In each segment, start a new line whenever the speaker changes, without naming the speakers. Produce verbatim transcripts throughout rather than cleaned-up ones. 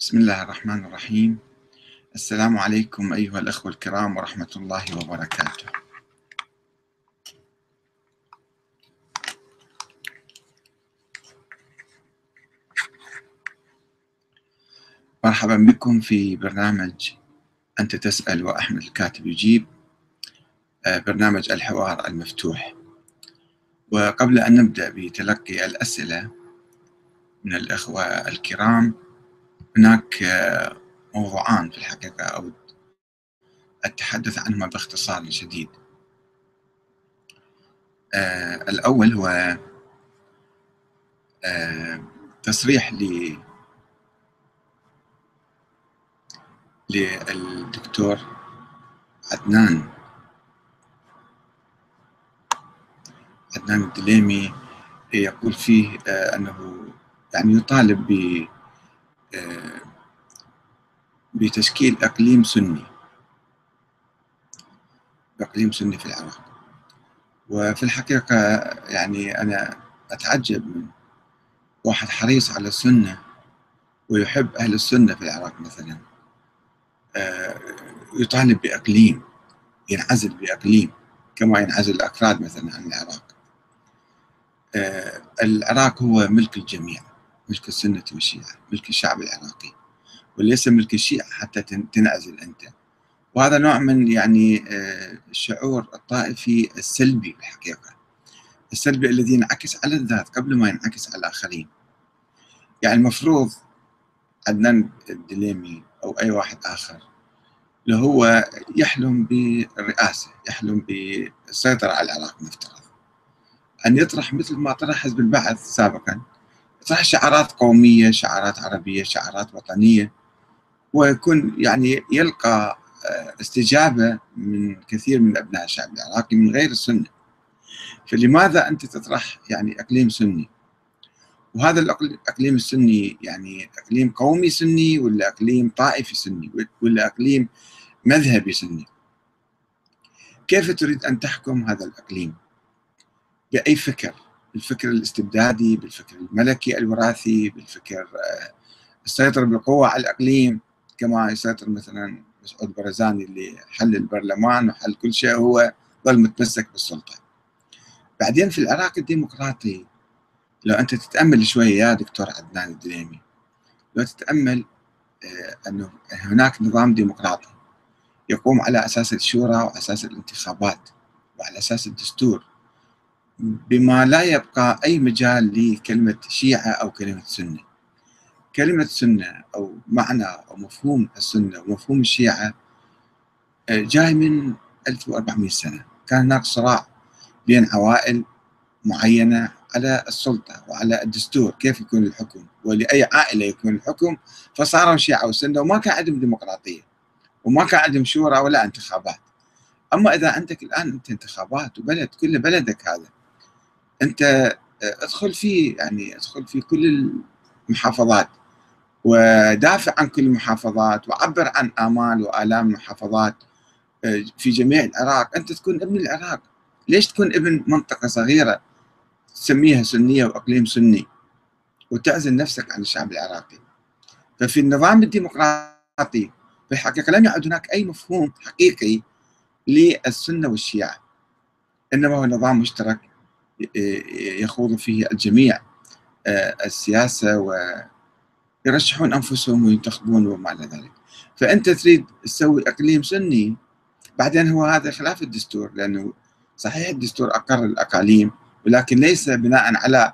بسم الله الرحمن الرحيم. السلام عليكم أيها الأخوة الكرام ورحمة الله وبركاته. مرحبا بكم في برنامج أنت تسأل وأحمد الكاتب يجيب، برنامج الحوار المفتوح. وقبل أن نبدأ بتلقي الأسئلة من الأخوة الكرام، هناك موضوعان في الحقيقة أود التحدث عنهما باختصار شديد. الأول هو تصريح ل للدكتور عدنان عدنان الدليمي، يقول فيه أنه يعني يطالب ب بتشكيل إقليم سني إقليم سني في العراق. وفي الحقيقة يعني أنا أتعجب من واحد حريص على السنة ويحب أهل السنة في العراق مثلا يطالب بإقليم، ينعزل بإقليم كما ينعزل الأكراد مثلا عن العراق. العراق هو ملك الجميع، ملك السنة والشيعة، ملك الشعب العراقي، وليس ملك الشيعة حتى تنعزل أنت. وهذا نوع من يعني الشعور الطائفي السلبي بالحقيقة، السلبي الذي ينعكس على الذات قبل ما ينعكس على الآخرين. يعني المفروض عدنان الدليمي أو أي واحد آخر اللي هو يحلم بالرئاسة، يحلم بالسيطرة على العراق، نفترض أن يطرح مثل ما طرح حزب البعث سابقا، يطرح شعارات قومية، شعارات عربية، شعارات وطنية، ويكون يعني يلقى استجابة من كثير من أبناء الشعب العراقي من غير السنة. فلماذا أنت تطرح يعني إقليم سني؟ وهذا الإقليم السني يعني إقليم قومي سني ولا إقليم طائفي سني ولا إقليم مذهبي سني؟ كيف تريد أن تحكم هذا الإقليم؟ بأي فكر؟ بالفكر الاستبدادي، بالفكر الملكي الوراثي، بالفكر السيطرة بالقوة على الإقليم كما يسيطر مثلا مسعود برزاني اللي حل البرلمان وحل كل شيء، هو ظل متمسك بالسلطة. بعدين في العراق الديمقراطي، لو أنت تتأمل شوية يا دكتور عدنان الدليمي، لو تتأمل أنه هناك نظام ديمقراطي يقوم على أساس الشورى وأساس الانتخابات وعلى أساس الدستور، بما لا يبقى أي مجال لكلمة شيعة أو كلمة سنة. كلمة سنة أو معنى أو مفهوم السنة ومفهوم الشيعة جاي من ألف وأربعمئة سنة. كان هناك صراع بين عوائل معينة على السلطة وعلى الدستور، كيف يكون الحكم ولأي عائلة يكون الحكم، فصاروا شيعة وسنة، وما كان عندهم ديمقراطية وما كان عندهم شورى ولا انتخابات. أما إذا عندك الآن أنت انتخابات وبلد كل بلدك هذا، أنت ادخل فيه، يعني ادخل في كل المحافظات ودافع عن كل المحافظات وعبر عن آمال وآلام المحافظات في جميع العراق. أنت تكون ابن العراق، ليش تكون ابن منطقة صغيرة تسميها سنية وإقليم سني وتعزل نفسك عن الشعب العراقي؟ ففي النظام الديمقراطي في الحقيقة لم يعد هناك أي مفهوم حقيقي للسنة والشيعة، إنما هو نظام مشترك يخوض فيه الجميع السياسة ويرشحون أنفسهم وينتخبون وما إلى ذلك. فأنت تريد تسوي إقليم سني، بعدين هو هذا خلاف الدستور، لأنه صحيح الدستور أقر الأقاليم ولكن ليس بناء على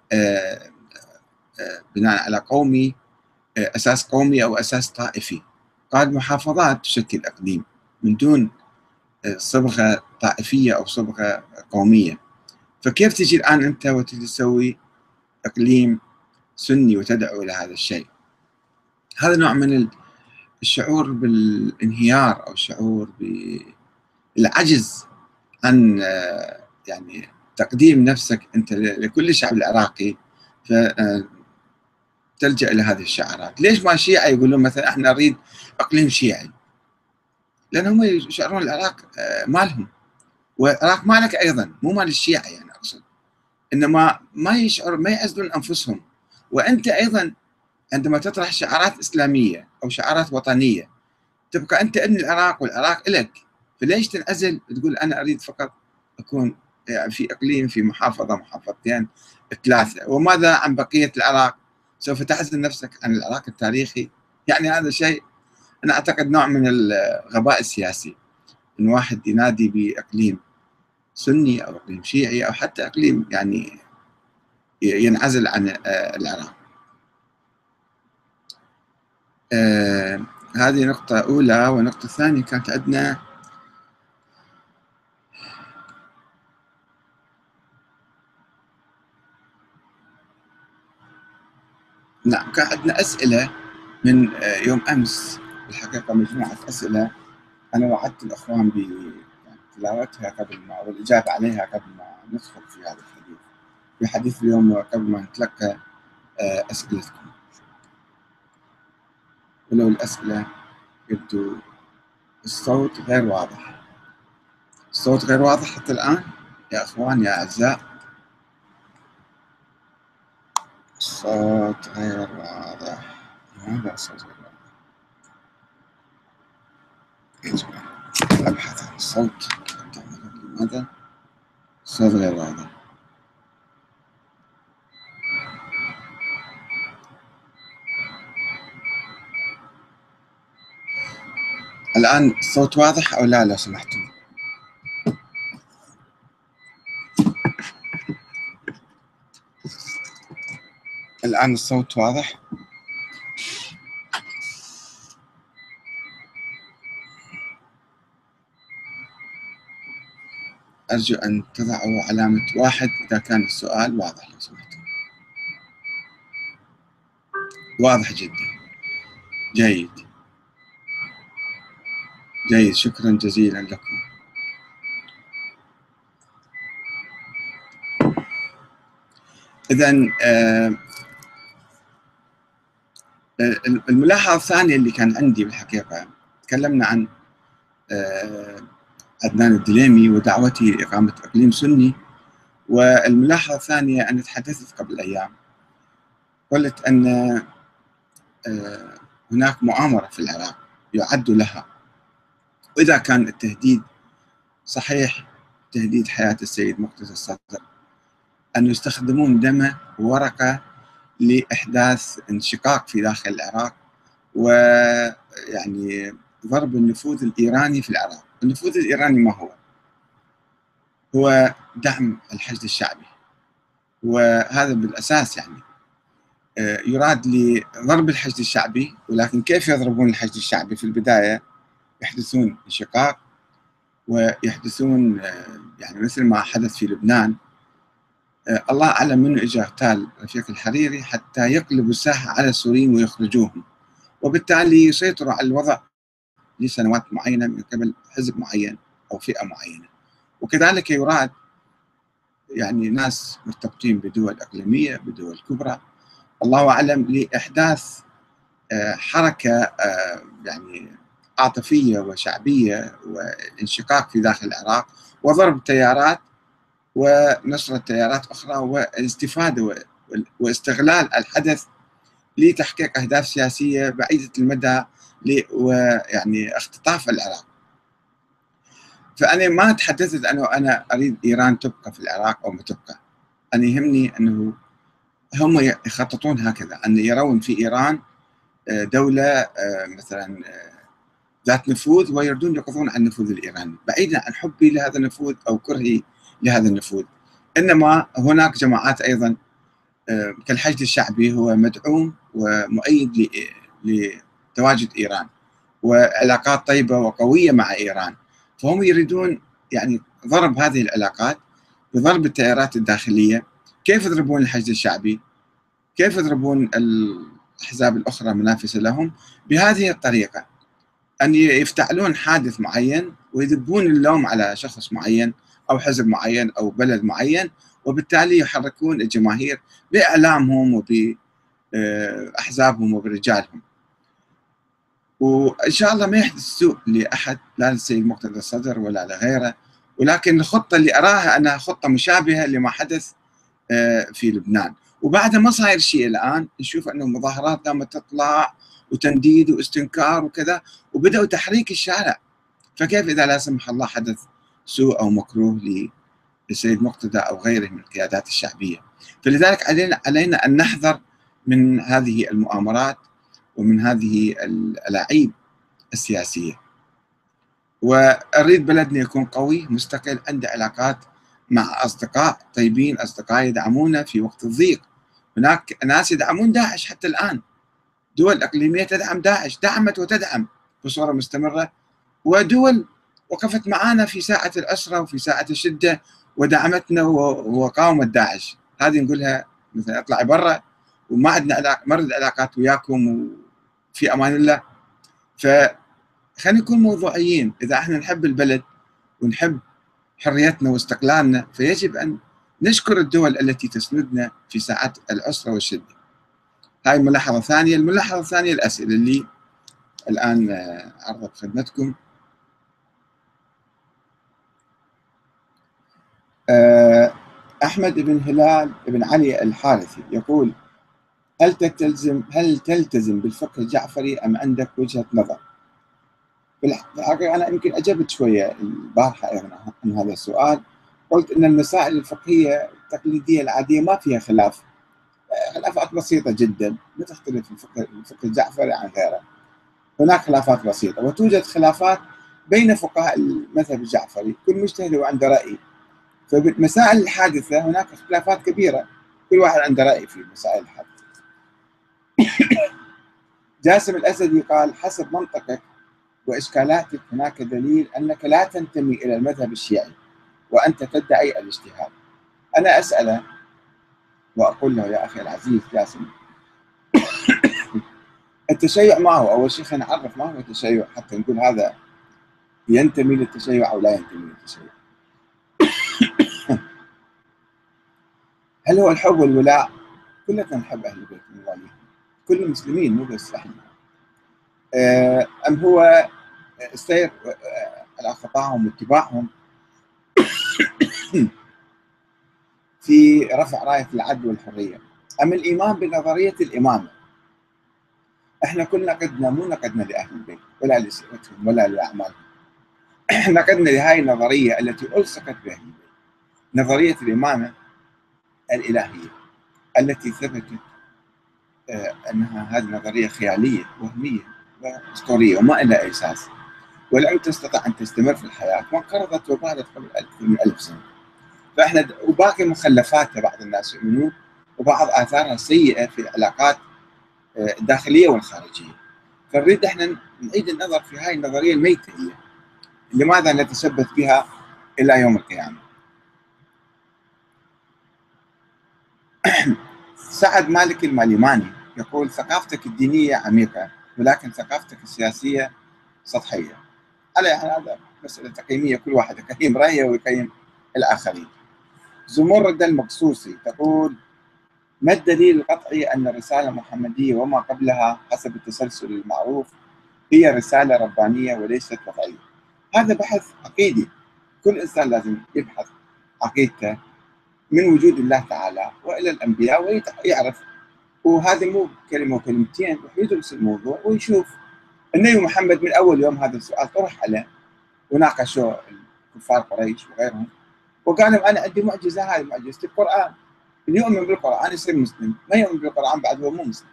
بناء على قومي، أساس قومي أو أساس طائفي. قال محافظات تشكل إقليم من دون صبغة طائفية أو صبغة قومية. فكيف تجي الآن أنت وتسوي إقليم سني وتدعو إلى هذا الشيء؟ هذا نوع من الشعور بالانهيار أو الشعور بالعجز عن يعني تقديم نفسك أنت لكل الشعب العراقي، فتلجأ إلى هذه الشعارات. ليش ما الشيعة يقولون مثلا احنا نريد إقليم شيعي؟ لأنهم يشعرون العراق مالهم، والعراق مالك أيضا، مو مال الشيعة يعني أقصد، إنما ما يشعر، ما يعزلون أنفسهم. وأنت أيضا عندما تطرح شعارات إسلامية أو شعارات وطنية تبقى أنت ابن العراق والعراق إلك، فليش تنعزل تقول أنا أريد فقط أكون يعني في إقليم، في محافظة، محافظتين، ثلاثة، وماذا عن بقية العراق؟ سوف تعزل نفسك عن العراق التاريخي؟ يعني هذا شيء أنا أعتقد نوع من الغباء السياسي، إن واحد ينادي بإقليم سني أو إقليم شيعي أو حتى إقليم يعني ينعزل عن العراق. آه هذه نقطة أولى. ونقطة ثانية كانت عندنا نعم كان عندنا أسئلة من يوم أمس، الحقيقة مجموعة أسئلة أنا وعدت الأخوان بتلاوتها قبل ما والإجابة عليها قبل ما ندخل في هذا الحديث، في حديث اليوم قبل ما نتلقى أسئلتكم. ولو الأسئلة يبدو الصوت غير واضح، الصوت غير واضح حتى الآن يا أخوان يا أعزاء، الصوت غير واضح. لماذا الصوت غير واضح؟ يجب أن أبحث عن الصوت. لماذا الصوت غير واضح؟ الآن الصوت واضح أو لا لو سمحتم؟ الآن الصوت واضح؟ أرجو أن تضعوا علامة واحد إذا كان السؤال واضح لو سمحتم. واضح جدا، جيد جيد، شكرا جزيلا لكم. إذن آه الملاحظة الثانية اللي كان عندي بالحقيقة، تكلمنا عن آه عدنان الدليمي ودعوته لإقامة إقليم سني، والملاحظة الثانية أنا تحدثت قبل أيام قلت أن آه هناك مؤامرة في العراق يعد لها، وإذا كان التهديد صحيح تهديد حياة السيد مقتدى الصدر، أن يستخدمون دمه وورقة لإحداث انشقاق في داخل العراق ويعني ضرب النفوذ الإيراني في العراق. النفوذ الإيراني ما هو؟ هو دعم الحشد الشعبي، وهذا بالأساس يعني يراد لضرب الحشد الشعبي. ولكن كيف يضربون الحشد الشعبي؟ في البداية يحدثون انشقاق ويحدثون يعني مثل ما حدث في لبنان، الله أعلم منه إجا اغتال رفيق الحريري حتى يقلبوا الساحة على السوريين ويخرجوهم، وبالتالي يسيطروا على الوضع لسنوات معينة من قبل حزب معين أو فئة معينة. وكذلك يراد يعني ناس مرتبطين بدول إقليمية بدول كبرى الله أعلم لإحداث حركة يعني عاطفية وشعبية وانشقاق في داخل العراق وضرب تيارات ونشر تيارات أخرى والاستفادة واستغلال الحدث لتحقيق أهداف سياسية بعيدة المدى ويعني اختطاف العراق. فأنا ما تحدثت أنه أنا أريد إيران تبقى في العراق أو ما تبقى، أنا يهمني أنه هم يخططون هكذا، أن يرون في إيران دولة مثلا ذات نفوذ ويريدون يقضون على النفوذ الإيراني، بعيدا عن حبي لهذا النفوذ أو كرهي لهذا النفوذ. إنما هناك جماعات أيضا كالحشد الشعبي هو مدعوم ومؤيد لتواجد إيران وعلاقات طيبة وقوية مع إيران، فهم يريدون يعني ضرب هذه العلاقات بضرب التيارات الداخلية. كيف يضربون الحشد الشعبي؟ كيف يضربون الأحزاب الأخرى منافسة لهم؟ بهذه الطريقة، أن يفتعلون حادث معين ويذبون اللوم على شخص معين أو حزب معين أو بلد معين، وبالتالي يحركون الجماهير بإعلامهم وبأحزابهم وبرجالهم. وإن شاء الله ما يحدث سوء لأحد، لا للسيد مقتدى الصدر ولا لغيره، ولكن الخطة اللي أراها أنها خطة مشابهة لما حدث في لبنان. وبعد ما صاير شيء الآن نشوف أنه مظاهرات قامت تطلع وتنديد واستنكار وكذا، وبدأوا تحريك الشارع. فكيف إذا لا سمح الله حدث سوء أو مكروه للسيد مقتدى أو غيره من القيادات الشعبية؟ فلذلك علينا علينا أن نحذر من هذه المؤامرات ومن هذه الألاعيب السياسية. وأريد بلدنا يكون قوي مستقل، عنده علاقات مع أصدقاء طيبين، أصدقاء يدعمونا في وقت الضيق. هناك ناس يدعمون داعش حتى الآن، دول إقليمية تدعم داعش، دعمت وتدعم بصورة مستمرة، ودول وقفت معنا في ساعة الأسرة وفي ساعة الشدة ودعمتنا وقاومت داعش. هذه نقولها مثلا اطلعي برا وما عندنا علاقة، مرد علاقات وياكم وفي أمان الله. فخلينا نكون موضوعيين. إذا احنا نحب البلد ونحب حريتنا واستقلالنا فيجب أن نشكر الدول التي تسندنا في ساعات العسرة والشدة. هاي ملاحظة ثانية. الملاحظة الثانية الأسئلة اللي الآن عرضت خدمتكم. أحمد بن هلال بن علي الحارثي يقول: هل تلتزم هل تلتزم بالفقه الجعفري أم عندك وجهة نظر؟ بالحقيقة أنا يمكن أجبت شوية البارحة أيضا عن هذا السؤال. قلت أن المسائل الفقهية التقليدية العادية ما فيها خلاف، خلافات بسيطة جدا، لا تختلف الفقه الفقه الجعفري عن غيره. هناك خلافات بسيطة، وتوجد خلافات بين فقهاء المذهب الجعفري، كل مجتهد وعنده رأي. فبالمسائل الحادثة هناك اختلافات كبيرة، كل واحد عنده رأي في المسائل الحادثة. جاسم الأسدي قال: حسب منطقك وإشكالاتك هناك دليل أنك لا تنتمي إلى المذهب الشيعي وأنت تدعي الاجتهاد. أنا أسأله وأقول له: يا أخي العزيز جاسم، التشيع ما هو؟ أول شيء خلينا نعرف ما هو التشيع حتى نقول هذا ينتمي للتشيع أو لا ينتمي للتشيع. هل هو الحب والولاء؟ كلنا نحب أهل البيت ونواليهم، كل المسلمين مو بس إحنا. أم هو السير على خطاهم واتباعهم في رفع راية العدل والحرية، أم الإيمان بنظرية الإمامة؟ إحنا كلنا نقدنا، مو نقدنا لأهل البيت ولا لسيرتهم ولا لأعمالهم، نقدنا لهذه النظرية التي ألصقت بأهل البيت، نظرية الإمامة الإلهية التي ثبتت أنها هذه نظرية خيالية وهمية وأسطورية وما لها أي أساس، ولم تستطع أن تستمر في الحياة وانقرضت وبالت قبل ألف من ألف سنة. فإحنا وباقي مخلفاتها بعض الناس يؤمنون، وبعض آثارها السيئة في العلاقات الداخلية والخارجية. فنريد إحنا نعيد النظر في هاي النظرية الميتة، هي لماذا نتثبت بها إلى يوم القيامة. سعد مالك الماليماني يقول: ثقافتك الدينية عميقة ولكن ثقافتك السياسية سطحية. على هذا مسألة تقييمية، كل واحد يقيم رأيه ويقيم الآخرين. زمرد المقصوصي تقول: ما الدليل القطعي أن الرسالة المحمدية وما قبلها حسب التسلسل المعروف هي رسالة ربانية وليست وضعية؟ هذا بحث عقيدي، كل إنسان لازم يبحث عقيدته من وجود الله تعالى وإلى الأنبياء ويعرف. وهذا مو كلمة وكلمتين، يدرس الموضوع ويشوف. النبي محمد من أول يوم هذا السؤال طرح عليه وناقشوا كفار قريش وغيرهم، وقالوا: أنا عندي معجزة، هذه معجزة القرآن، اللي يؤمن بالقرآن يصير مسلم، ما يؤمن بالقرآن بعد هو مو مسلم.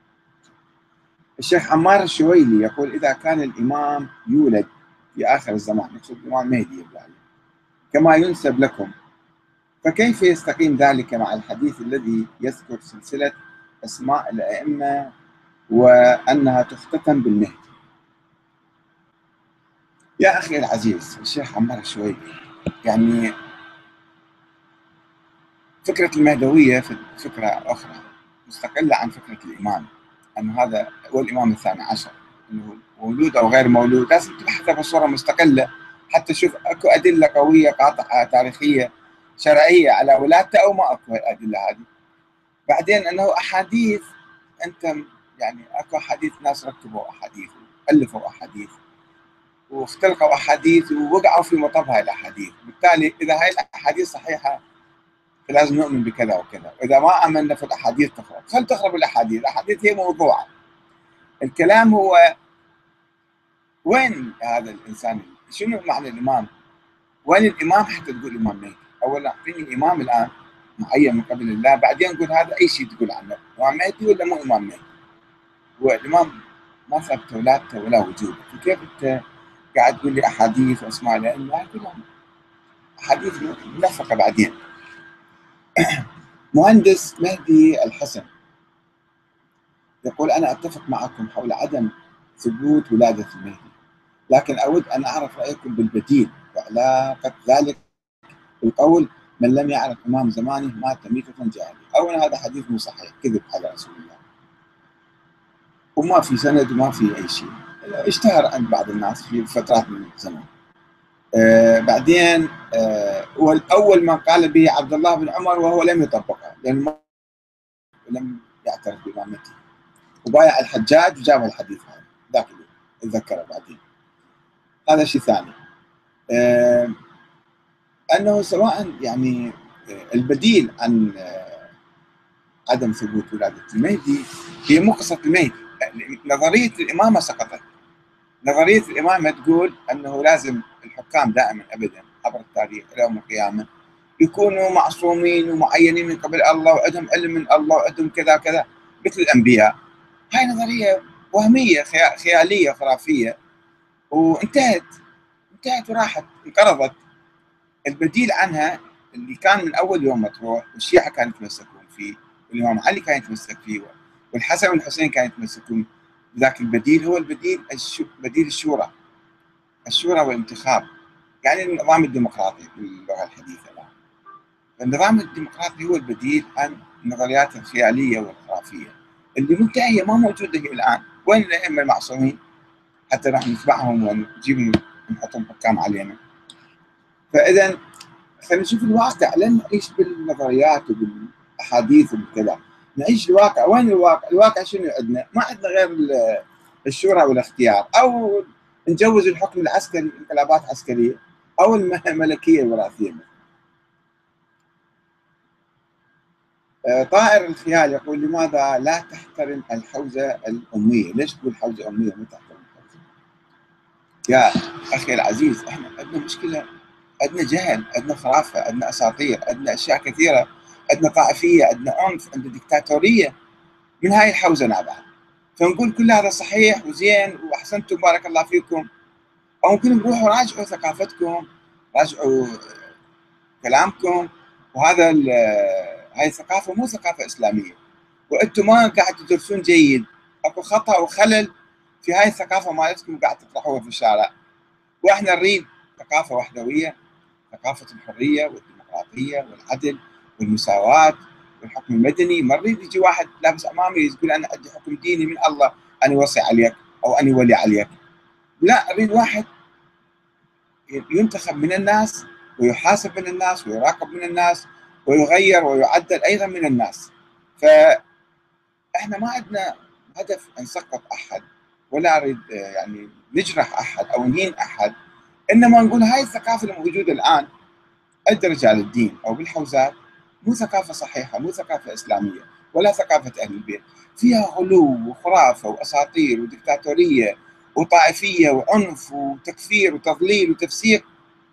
الشيخ عمار الشويلي يقول: إذا كان الإمام يولد في آخر الزمان، يقصد الإمام مهدي يعني، كما ينسب لكم، فكيف يستقيم ذلك مع الحديث الذي يذكر سلسلة أسماء الأئمة وأنها تختتم بالمهدي؟ يا أخي العزيز الشيخ عمار الشويلي، يعني فكرة المهدوية فكرة أخرى مستقلة عن فكرة الإمام، أن هذا هو الإمام الثاني عشر، أنه مولود أو غير مولود لازم تبحثها بصورة مستقلة حتى تشوف أكو أدلة قوية قاطعة تاريخية شرعية على ولادته أو ما أكو الأدلة هذه. بعدين أنه أحاديث، أنت يعني أكو أحاديث، ناس ركبوا أحاديث ألفوا أحاديث واختلقوا أحاديث ووقعوا في مطب هاي الأحاديث، بالتالي إذا هاي الأحاديث صحيحة فلازم نؤمن بكذا وكذا، واذا ما امنا في الاحاديث تخرب. خل تخرب الاحاديث، الاحاديث هي موضوعه. الكلام هو وين هذا الانسان؟ شنو معنى الامام؟ وين الامام حتى تقول امام مهدي؟ اولا اعطيني امام الان معين من قبل الله، بعدين نقول هذا اي شيء تقول عنه، امام مهدي ولا مو امام مهدي؟ والامام ما ثبت ولادته ولا وجوده، فكيف انت قاعد تقول لي احاديث واسماء الائمه؟ هاي كلها احاديث ملفقه. بعدين مهندس مهدي الحسن يقول: انا اتفق معكم حول عدم ثبوت ولاده المهدي، لكن اود ان اعرف رايكم بالبديل وعلاقه ذلك بالقول: من لم يعرف امام زمانه مات ميتة جاهليه. اولا هذا حديث مو صحيح، كذب على رسول الله، وما في سند وما في اي شيء، اشتهر عند بعض الناس في فترات من الزمن. آه بعدين آه والاول من قال به عبد الله بن عمر وهو لم يطبقها لانه لم يعترف بامامته، وبايع الحجاج وجاب الحديث هذا ذاك اللي اتذكره بعدين. هذا شيء ثاني. آه انه سواء يعني آه البديل عن آه عدم ثبوت ولاده المهدي هي مو قصه المهدي. نظريه الامامه سقطت. نظريه الامامه تقول انه لازم الحكام دائما ابدا عبر التاريخ الى يوم القيامه يكونوا معصومين ومعينين من قبل الله وعندهم علم من الله وعندهم كذا كذا مثل الانبياء. هاي نظريه وهميه خياليه خرافيه وانتهت انتهت وراحت انقرضت. البديل عنها اللي كان من اول يوم مطروح والشيعه كانوا يتمسكون فيه والامام علي كان يتمسك فيه والحسن والحسين كانوا يتمسكون ذاك البديل، هو البديل الشو بديل الشورى. الشورى والانتخاب يعني النظام الديمقراطي باللغه الحديثه الان. النظام الديمقراطي هو البديل عن النظريات الخياليه والخرافيه اللي منتهيه ما موجوده هي الان. وين الائمه المعصومين حتى راح نتبعهم ونجيبهم ونحطهم حكام علينا؟ فاذا خلينا نشوف الواقع، لن نعيش بالنظريات وبالاحاديث وبالكلام، نعيش الواقع. وين الواقع؟ الواقع شنو عندنا؟ ما عندنا غير الشورى والاختيار، او نجوز الحكم العسكري، انقلابات عسكريه، او الملكيه الوراثيه. طائر الخيال يقول: لماذا لا تحترم الحوزه الاميه؟ ليش تقول حوزه اميه ما تحترم الحوزه؟ يا اخي العزيز، احنا عندنا مشكله، عندنا جهل، عندنا خرافه، عندنا اساطير، عندنا اشياء كثيره، عندنا طائفيه، عندنا عنف، عندنا دكتاتوريه. من هاي الحوزه نابعه، فنقول كل هذا صحيح وزين واحسنتم بارك الله فيكم، او ممكن نروحوا راجعوا ثقافتكم، راجعوا كلامكم، وهذا هاي الثقافه مو ثقافه اسلاميه، وانتم ما قاعد تدرسون جيد، اكو خطا وخلل في هاي الثقافه مالتكم قاعد تطرحوها في الشارع. واحنا نريد ثقافه وحدويه، ثقافه الحريه والديمقراطيه والعدل والمساواه والحكم المدني. ما نريد يجي واحد لابس امامي يقول انا عندي حكم ديني من الله، انا وصي عليك او انا ولي عليك. لا، اريد واحد ينتخب من الناس ويحاسب من الناس ويراقب من الناس ويغير ويعدل ايضا من الناس. فاحنا ما عندنا هدف ان نسقط احد ولا اريد يعني نجرح احد او نهين احد، انما نقول هاي الثقافه الموجوده الان عند رجال الدين او بالحوزات مو ثقافه صحيحه، مو ثقافه اسلاميه ولا ثقافه اهل البيت، فيها غلو وخرافه واساطير ودكتاتوريه وطائفيه وعنف وتكفير وتضليل وتفسيق،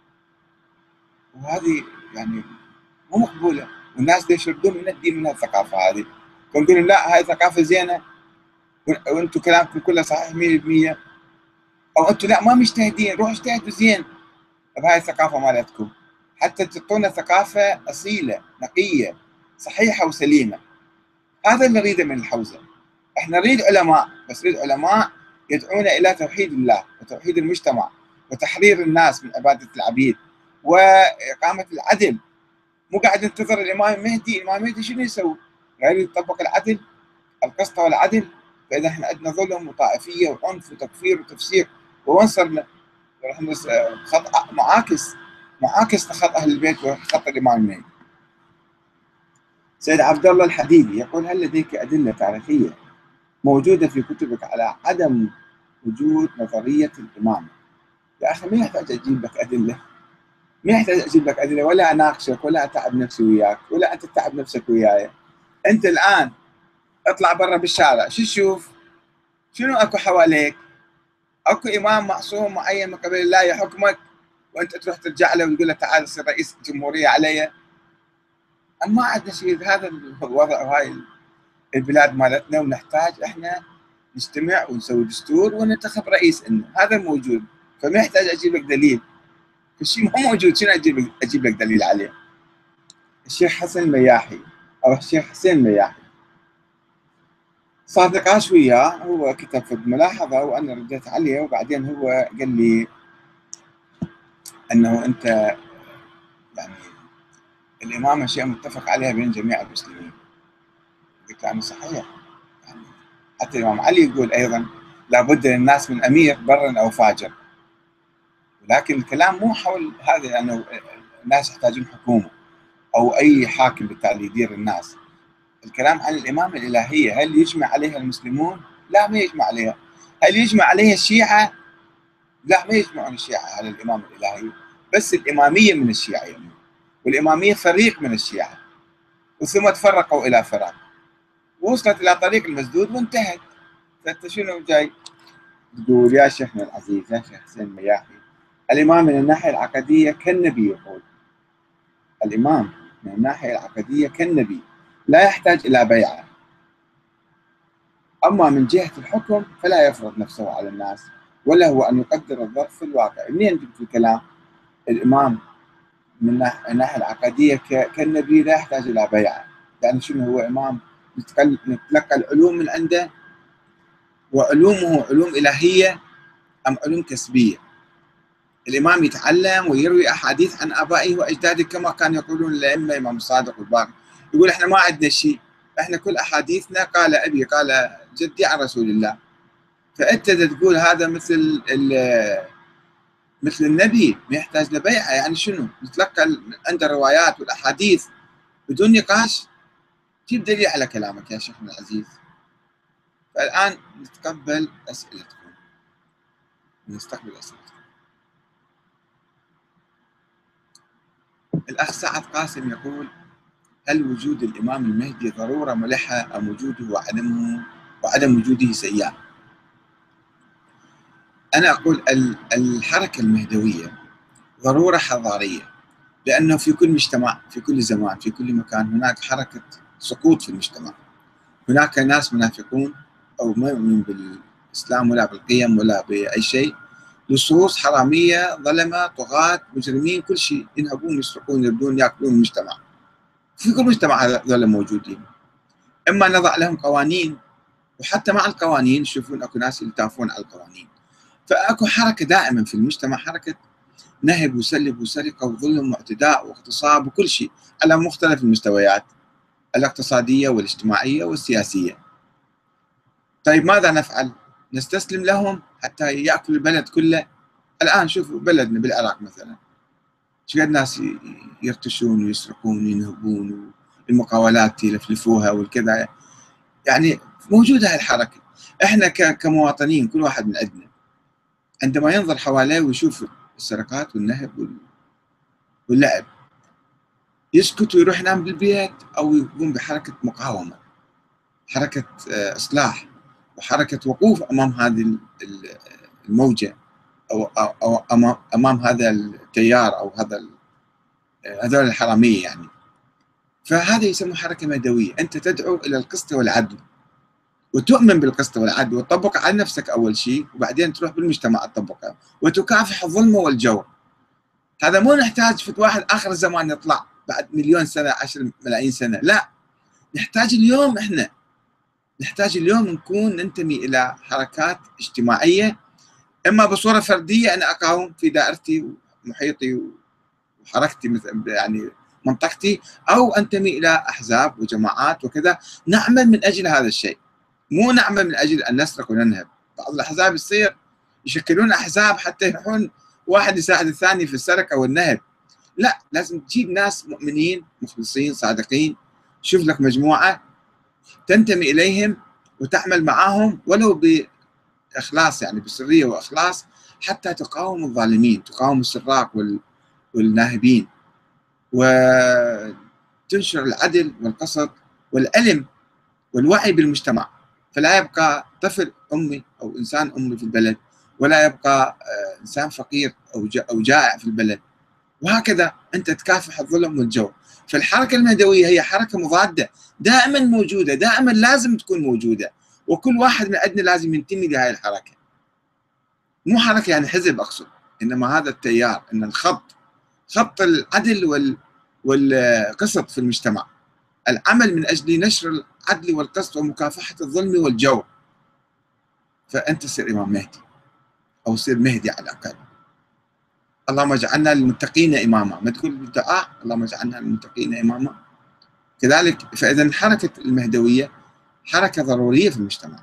وهذه يعني مو مقبوله. والناس يشردون من الدين من الثقافه هذه، فنقول لا هاي ثقافه زينه وانتم كلامكم كله صحيح مية بالمية، او انتم لا ما مجتهدين، روحوا اجتهدوا زين بهاي الثقافه مالتكم حتى تعطونا ثقافه اصيله نقيه صحيحه وسليمه. هذا اللي نريده من الحوزه. احنا نريد علماء، بس نريد علماء يدعون الى توحيد الله وتوحيد المجتمع وتحرير الناس من عباده العبيد واقامه العدل. مو قاعد ننتظر الامام المهدي. الامام المهدي شنو يسوي؟ غير يطبق العدل، القسط والعدل. فاذا احنا عندنا ظلم وطائفيه وعنف وتكفير وتفسيق، وين صرنا؟ احنا خط معاكس معاكس لخط اهل البيت وخط الامام المهدي. سيد عبد الله الحديدي يقول: هل لديك ادله تاريخيه موجوده في كتبك على عدم وجود نظريه الامامه؟ يا اخي ما يحتاج اجيب لك ادله، ما يحتاج اجيب لك ادله ولا اناقشك ولا اتعب نفسي وياك ولا انت تتعب نفسك وياي. انت الان اطلع برا بالشارع، شو تشوف؟ شنو اكو حواليك؟ اكو امام معصوم معين من قبل الله يحكمك وانت تروح ترجع له وتقول له تعال صير رئيس الجمهوريه علي؟ اما ما عندنا شيء. هذا الوضع وهاي البلاد مالتنا، ونحتاج احنا نجتمع ونسوي دستور وننتخب رئيس، انه هذا موجود. فما يحتاج اجيب لك دليل. الشيء مو موجود، شنو اجيب اجيب لك دليل عليه؟ الشيخ حسن المياحي او الشيخ حسين المياحي صار نقاش وياه، هو كتب في ملاحظه وانا رديت عليه، وبعدين هو قال لي انه انت يعني الامامه شيء متفق عليها بين جميع المسلمين. قلت له صحيح، يعني حتى الامام علي يقول ايضا لابد للناس من امير برا او فاجر. ولكن الكلام مو حول هذا انه الناس يحتاجون حكومه او اي حاكم بالتالي يدير الناس. الكلام عن الامامه الالهيه، هل يجمع عليها المسلمون؟ لا، ما يجمع عليها. هل يجمع عليها الشيعه؟ لا، ما يجمعون الشيعه على الامامه الالهيه. بس الاماميه من الشيعه يعني. والاماميه فريق من الشيعه، وثم تفرقوا الى فرق ووصلت الى طريق المسدود وانتهت. فانت شنو جاي تقول يا شيخنا العزيز يا شيخ حسين المياحي؟ الامام من الناحيه العقديه كالنبي يقول. الامام من الناحيه العقديه كالنبي، لا يحتاج الى بيعه. اما من جهه الحكم فلا يفرض نفسه على الناس، ولا هو ان يقدر الظرف في الواقع. منين جبت الكلام؟ الامام من الناحيه العقديه كالنبي لا يحتاج الى بيعه. يعني شنو هو امام؟ نتلقى العلوم من عنده، وعلومه علوم الهيه ام علوم كسبيه؟ الامام يتعلم ويروي احاديث عن ابائه واجداده كما كان يقولون الائمه، الامام الصادق والباقر يقول احنا ما عندنا شيء، احنا كل احاديثنا قال ابي قال جدي عن رسول الله. فانت تقول هذا مثل مثل النبي ما يحتاج لبيعه؟ يعني شنو؟ نتلقى عند الروايات والاحاديث بدون نقاش؟ جيب دليل على كلامك يا شيخنا العزيز. فالان نتقبل اسئلتكم، نستقبل اسئلتكم. الاخ سعد قاسم يقول: هل وجود الامام المهدي ضروره ملحه ام وجوده وعدمه وعدم وجوده سيئه؟ انا اقول الحركه المهدويه ضروره حضاريه، لانه في كل مجتمع في كل زمان في كل مكان هناك حركه سقوط في المجتمع. هناك ناس منافقون او ما يؤمنون بالاسلام ولا بالقيم ولا باي شيء، لصوص حراميه ظلمه طغاة مجرمين، كل شيء ينهبون يسرقون يبدون ياكلون المجتمع. في كل مجتمع هذول موجودين. اما نضع لهم قوانين، وحتى مع القوانين يشوفون اكو ناس يلتافون على القوانين. فاكو حركه دائما في المجتمع، حركه نهب وسلب وسرقه وظلم واعتداء واغتصاب وكل شيء على مختلف المستويات الاقتصاديه والاجتماعيه والسياسيه. طيب ماذا نفعل؟ نستسلم لهم حتى ياكلوا البلد كله؟ الان شوفوا بلدنا بالعراق مثلا، شقد ناس يرتشون ويسرقون وينهبون، المقاولات يلفلفوها والكذا. يعني موجوده هاي الحركه. احنا كمواطنين كل واحد من عندنا عندما ينظر حواليه ويشوف السرقات والنهب واللعب يسكت ويروح ينام بالبيت، او يقوم بحركه مقاومه، حركه اصلاح، وحركه وقوف امام هذه الموجه او او امام امام هذا التيار او هذا هذول الحراميه يعني. فهذا يسمى حركه مدويه. انت تدعو الى القسط والعدل، وتؤمن بالقسط والعدل وتطبق على نفسك اول شيء، وبعدين تروح بالمجتمع تطبقها وتكافح الظلم والجور. هذا مو نحتاج في واحد اخر الزمان يطلع بعد مليون سنه عشر ملايين سنه، لا، نحتاج اليوم. احنا نحتاج اليوم نكون ننتمي الى حركات اجتماعيه، اما بصوره فرديه انا اقاوم في دائرتي ومحيطي وحركتي مثل يعني منطقتي، او انتمي الى احزاب وجماعات وكذا نعمل من اجل هذا الشيء. مو نعمل من اجل ان نسرق وننهب. بعض الاحزاب يصير يشكلون احزاب حتى يروحون واحد يساعد الثاني في السرقه والنهب. لا، لازم تجيب ناس مؤمنين مخلصين صادقين. شوف لك مجموعه تنتمي اليهم وتعمل معاهم ولو باخلاص، يعني بسريه واخلاص، حتى تقاوم الظالمين، تقاوم السراق والناهبين، وتنشر العدل والقسط والعلم والوعي بالمجتمع، فلا يبقى طفل أمي أو إنسان أمي في البلد، ولا يبقى إنسان فقير أو جائع في البلد. وهكذا أنت تكافح الظلم والجور. فالحركة المهدوية هي حركة مضادة دائما موجودة، دائما لازم تكون موجودة، وكل واحد من عندنا لازم ينتمي لهذه الحركة. مو حركة يعني حزب أقصد، إنما هذا التيار، إن الخط خط العدل وال والقسط في المجتمع، العمل من أجل نشر العدل والقسط ومكافحة الظلم والجور. فأنت تصير إمام مهدي أو تصير مهدي على الأقل. اللهم اجعلنا للمتقين إماما، ما تقول بالدعاء اللهم اجعلنا للمتقين إماما. كذلك فإذا الحركة المهدوية حركة ضرورية في المجتمع.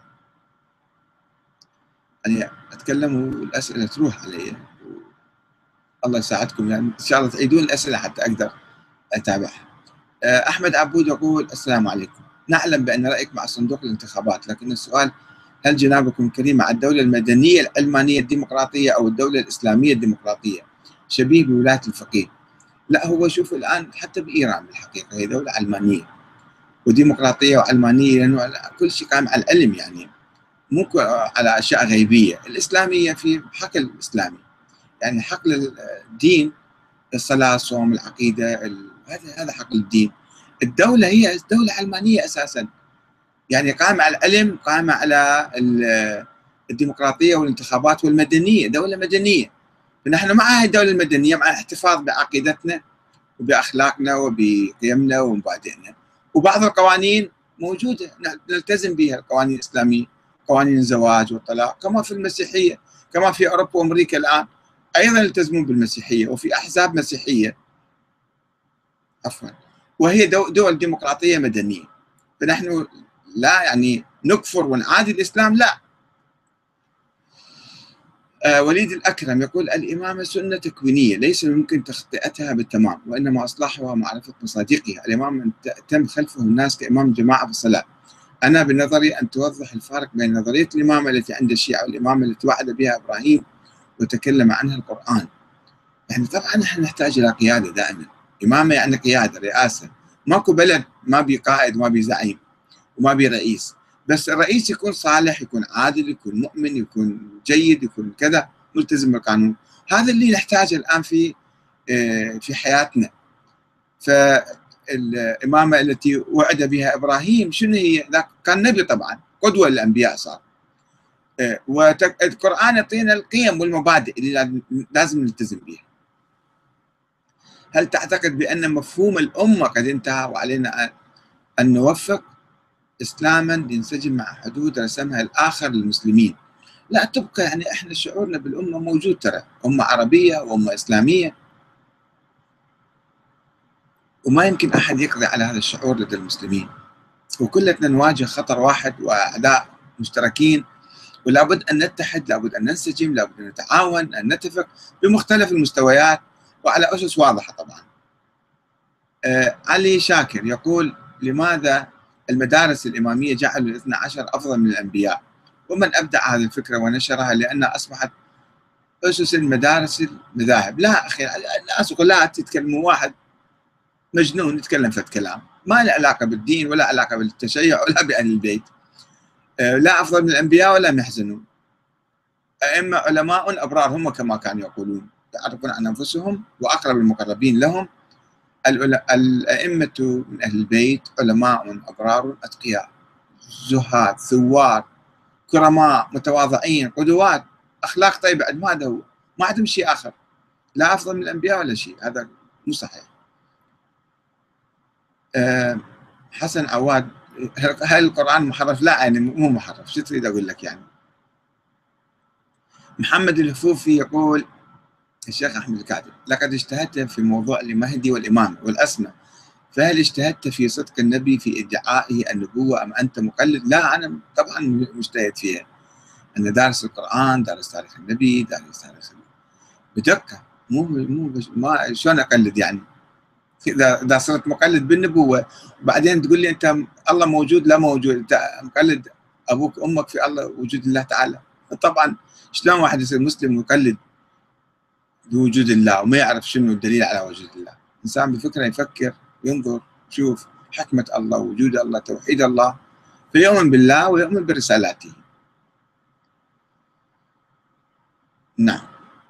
يعني أتكلم والأسئلة تروح علي، الله يساعدكم يعني إن شاء الله تعيدون الأسئلة حتى أقدر أتابعها. أحمد عبود يقول السلام عليكم، نعلم بأن رأيك مع صندوق الانتخابات، لكن السؤال هل جنابكم الكريم مع الدولة المدنية العلمانية الديمقراطية أو الدولة الإسلامية الديمقراطية شبيه بولاية الفقيه؟ لا، هو شوف الآن حتى بإيران بالحقيقة هي دولة علمانية وديمقراطية وعلمانية، لأنه كل شيء قائم على العلم، يعني مو على أشياء غيبية. الإسلامية في حقل الإسلامي، يعني حقل الدين، الصلاة، الصوم، العقيدة، هذا هذا حقل الدين. الدولة هي دولة علمانية أساسا، يعني قائمة على العلم، قائمة على الديمقراطية والانتخابات والمدنية، دولة مدنية. فنحن مع هذه الدولة المدنية، مع الاحتفاظ بعقيدتنا وبأخلاقنا وبقيمنا ومبادئنا، وبعض القوانين موجودة نلتزم بها، القوانين الإسلامية، قوانين الزواج والطلاق، كما في المسيحية، كما في أوروبا وأمريكا الآن أيضا يلتزمون بالمسيحية، وفي أحزاب مسيحية عفوا، وهي دول ديمقراطية مدنية. فنحن لا يعني نكفر ونعادي الإسلام، لا. آه وليد الأكرم يقول الإمامة سنة تكوينية ليس ممكن تخطئتها بالتمام، وإنما إصلاحها معرفة مصادقها. الإمام من تم خلفه الناس كإمام جماعة في الصلاة. أنا بنظري أن توضح الفارق بين نظرية الإمامة التي عند الشيعة والإمامة التي وعد بها إبراهيم وتكلم عنها القرآن. يعني طبعا نحن نحتاج إلى قيادة دائما. إمامة يعني قيادة، رئاسة. ماكو بلد ما بي قائد وما بي زعيم وما بي رئيس، بس الرئيس يكون صالح، يكون عادل، يكون مؤمن، يكون جيد، يكون كذا ملتزم بالقانون. هذا اللي نحتاجه الآن في في حياتنا. فالإمامة التي وعد بها إبراهيم شنو هي؟ ذاك كان نبي طبعا، قدوة للأنبياء صار. والقرآن يعطينا القيم والمبادئ اللي لازم نلتزم بها. هل تعتقد بأن مفهوم الأمة قد انتهى وعلينا أن نوفق إسلاما ينسجم مع حدود رسمها الآخر للمسلمين؟ لا، تبقى يعني إحنا شعورنا بالأمة موجود، ترى أمة عربية وأمة إسلامية، وما يمكن أحد يقضي على هذا الشعور لدى المسلمين، وكلنا نواجه خطر واحد وأعداء مشتركين، ولا بد أن نتحد، لابد أن ننسجم، لابد أن نتعاون، أن نتفق بمختلف المستويات وعلى أسس واضحة طبعا. آه علي شاكر يقول لماذا المدارس الإمامية جعلوا الاثنى عشر أفضل من الأنبياء؟ ومن أبدع هذه الفكرة ونشرها؟ لأنها أصبحت أسس المدارس المذاهب. لا أخي، الناس كلها تتكلموا، واحد مجنون يتكلم في الكلام ما له علاقة بالدين ولا علاقة بالتشيع ولا بأهل البيت. آه لا أفضل من الأنبياء ولا يحزنون. أئمة علماء أبرار هم كما كانوا يقولون، يعرفون عن أنفسهم وأقرب المقربين لهم. الأئمة من أهل البيت علماء أبرار أتقياء زهاد ثوار كرماء متواضعين قدوات أخلاق طيبة. ماذا هو؟ ما عندهم شيء آخر، لا أفضل من الأنبياء ولا شيء، هذا مو صحيح. أه حسن عواد، هل القرآن محرف؟ لا، يعني مو محرف، شو تريد أقول لك يعني. محمد الهفوفي يقول الشيخ أحمد الكاتب لقد اجتهدت في موضوع المهدي والإمام والأسمى، فهل اجتهدت في صدق النبي في ادعائه النبوة أم أنت مقلد؟ لا، أنا طبعا مجتهد فيها، أنا دارس القرآن، دارس تاريخ النبي، دارس تاريخ بدقة، مو مو ما شلون أقلد يعني. إذا إذا صرت مقلد بالنبوة وبعدين تقول لي أنت الله موجود، لا موجود، أنت مقلد أبوك أمك في الله، وجود الله تعالى. طبعا شلون واحد يصير مسلم ويقلد بوجود الله وما يعرف شنو الدليل على وجود الله. الإنسان بفكرة يفكر ينظر يشوف حكمة الله وجود الله توحيد الله فيؤمن بالله ويؤمن برسالاته. نعم.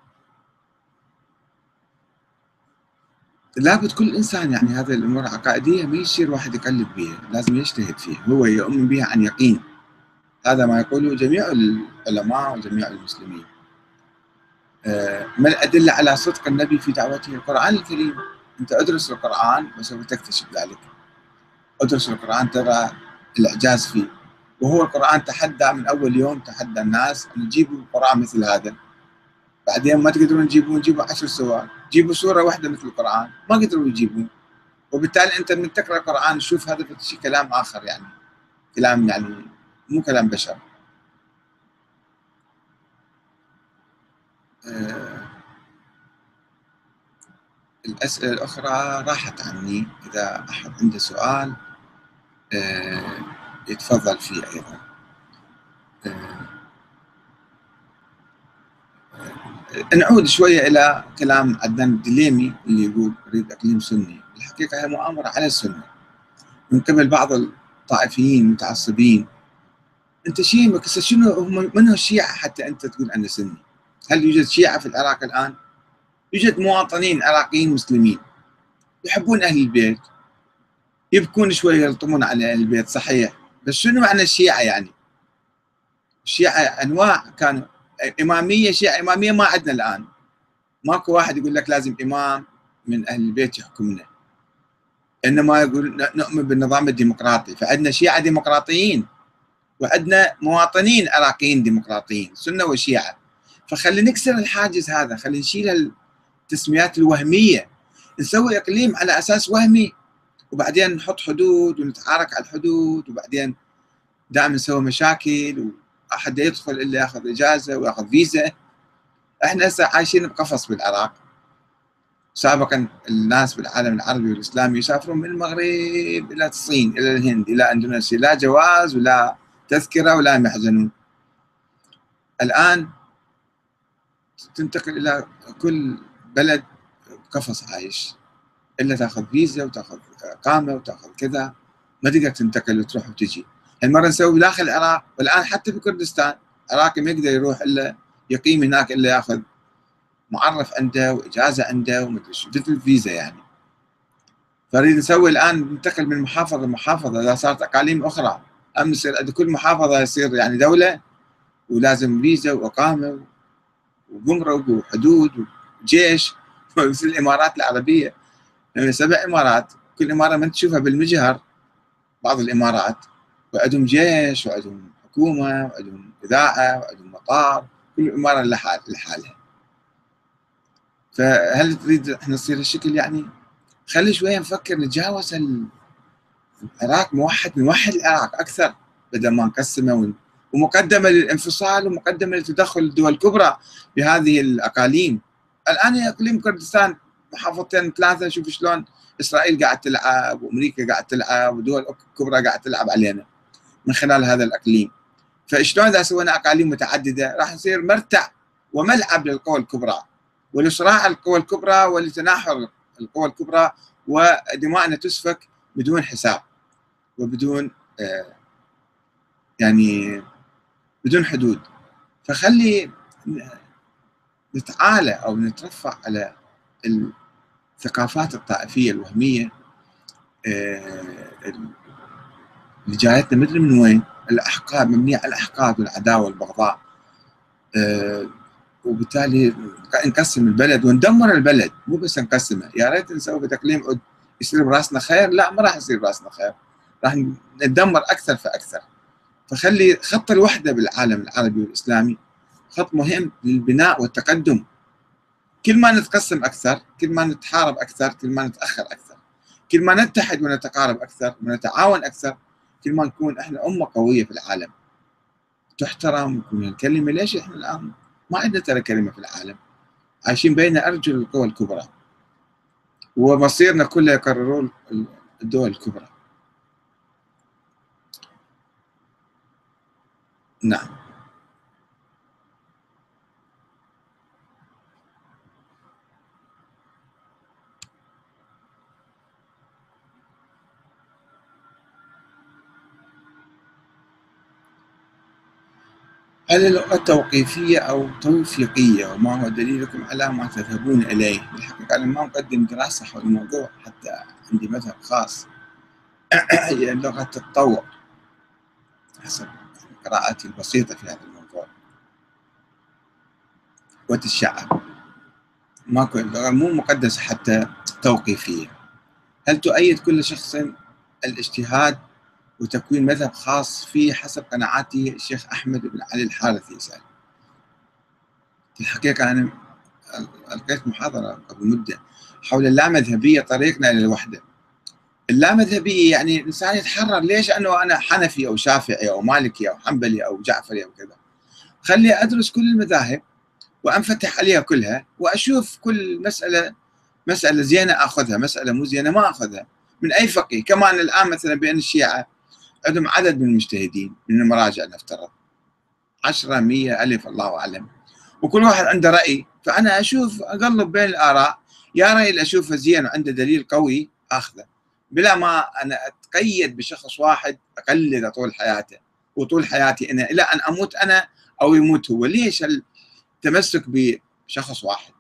لابد كل إنسان يعني هذه الأمور العقائدية ما يصير واحد يقلد بها، لازم يجتهد فيها، هو يؤمن بها عن يقين. هذا ما يقوله جميع العلماء وجميع المسلمين. ما الأدلة على صدق النبي في دعوته؟ القرآن الكريم. أنت أدرس القرآن وسوف تكتشف ذلك. أدرس القرآن ترى الإعجاز فيه، وهو القرآن تحدى من أول يوم، تحدى الناس أن يجيبوا قرآن مثل هذا. بعدين ما تقدرون تجيبون، جيبوا عشر سور، جيبوا سورة واحدة مثل القرآن، ما قدروا يجيبون. وبالتالي أنت من تقرأ القرآن تشوف هذا شيء كلام آخر، يعني كلام يعني مو كلام بشر. آه الأسئلة الأخرى راحت عني، إذا أحد عنده سؤال آه يتفضل فيه أيضا. آه نعود شوية إلى كلام عدنان الدليمي اللي يقول أريد إقليم سني. الحقيقة هي مؤامرة على السنة من قبل بعض الطائفيين المتعصبين. أنت شيعي، شنو هم، من هو الشيعة حتى أنت تقول أنا سني؟ هل يوجد شيعة في العراق الآن؟ يوجد مواطنين عراقيين مسلمين يحبون أهل البيت، يبكون شوية يلطمون على أهل البيت، صحيح، بس شنو معنى الشيعة يعني؟ الشيعة أنواع كانوا، إمامية، شيعة إمامية ما عندنا الآن. ماكو واحد يقول لك لازم إمام من أهل البيت يحكمنا، إنما يقول نؤمن بالنظام الديمقراطي. فعندنا شيعة ديمقراطيين وعندنا مواطنين عراقيين ديمقراطيين، سنة وشيعة. فخلينا نكسر الحاجز هذا، خلينا نشيل التسميات الوهمية، نسوي إقليم على أساس وهمي، وبعدين نحط حدود ونتعارك على الحدود، وبعدين دائما نسوي مشاكل وأحد يدخل إلا ياخذ إجازة وياخذ فيزا. احنا هسه عايشين بقفص بالعراق. سابقا الناس بالعالم العربي والإسلامي يسافرون من المغرب إلى الصين إلى الهند إلى أندونيسيا، لا جواز ولا تذكرة ولا يحزنون. الآن تنتقل إلى كل بلد قفص عايش، إلا تاخذ فيزا وتاخذ إقامة وتاخذ كذا، ما تقدر تنتقل وتروح وتجي. هالمرة نسوي داخل العراق، والآن حتى في كردستان عراقي ما يقدر يروح إلا يقيم هناك إلا ياخذ معرف عنده وإجازة عنده ومدري شو، مثل الفيزا يعني. فنريد نسوي الآن ننتقل من محافظة لمحافظة، إذا صارت أقاليم أخرى أم يصير عند كل محافظة يصير يعني دولة، ولازم فيزا وإقامة وجمرك وحدود وجيش مثل الإمارات العربية، يعني سبع إمارات، كل إمارة من تشوفها بالمجهر. بعض الإمارات وعندهم جيش وعندهم حكومة وعندهم إذاعة وعندهم مطار، كل إمارة لحال لحالها. فهل تريد احنا نصير هالشكل يعني؟ خلي شوية نفكر، نتجاوز العراق موحد، نوحد العراق أكثر بدل ما نقسمه، ومقدمة للانفصال ومقدمة لتدخل الدول الكبرى بهذه الأقاليم. الآن إقليم كردستان محافظتين ثلاثة، شوف شلون إسرائيل قاعد تلعب وأمريكا قاعد تلعب ودول كبرى قاعد تلعب علينا من خلال هذا الإقليم. فشلون إذا سوينا أقاليم متعددة راح نصير مرتع وملعب للقوى الكبرى ولصراع القوى الكبرى ولتناحر القوى الكبرى، ودماءنا تسفك بدون حساب وبدون آه يعني بدون حدود. فخلي نتعالى أو نترفع على الثقافات الطائفية الوهمية آه اللي جايتنا مدري من وين، الأحقاد، مبنية على الأحقاد والعداوة والبغضاء. آه وبالتالي نقسم البلد وندمر البلد، مو بس نقسمه. يا ريت نسوي تقليم عد يصير براسنا خير، لا ما راح يصير براسنا خير، راح نتدمر أكثر فأكثر. فخلي خط الوحدة بالعالم العربي والإسلامي خط مهم للبناء والتقدم. كل ما نتقسم أكثر، كل ما نتحارب أكثر، كل ما نتأخر أكثر. كل ما نتحد ونتقارب أكثر ونتعاون أكثر، كل ما نكون إحنا أمة قوية في العالم تحترم ويكون الكلمة. ليش إحنا الآن ما عندنا ترى كلمة في العالم، عايشين بين أرجل القوى الكبرى، ومصيرنا كله يقررون الدول الكبرى. نعم. هل اللغة توقيفية أو توفيقية؟ وما هو دليلكم على ما تذهبون إليه؟ بالحقيقة أنا ما أقدم دراسة حول الموضوع، حتى عندي مذهب خاص. هي اللغة تتطور حسب قراءاتي البسيطة في هذا الموضوع وتتشعب. ماكو، اللغة مو مقدسة حتى توقيفية. هل تؤيد كل شخص الاجتهاد وتكوين مذهب خاص فيه حسب قناعاته؟ الشيخ أحمد بن علي الحارثي يسأل. في الحقيقة أنا ألقيت محاضرة قبل مدة حول اللامذهبية، طريقنا إلى الوحدة. اللامذهبية يعني الإنسان يتحرر. ليش أنه أنا حنفي أو شافعي أو مالكي أو حنبلي أو جعفري أو كذا؟ خلي أدرس كل المذاهب وأنفتح عليها كلها وأشوف كل مسألة مسألة زينة أخذها، مسألة مو زينة ما أخذها من أي فقيه. كمان الآن مثلا بين الشيعة عندهم عدد من المجتهدين من المراجع، نفترض عشرة مية ألف الله أعلم، وكل واحد عنده رأي. فأنا أشوف أقلب بين الآراء، يا رأي اللي أشوفه زين وعنده دليل قوي أخذه، بلا ما أنا أتقيد بشخص واحد أقلده طول حياته وطول حياتي أنا إلى أن أموت أنا أو يموت هو. ليش التمسك بشخص واحد؟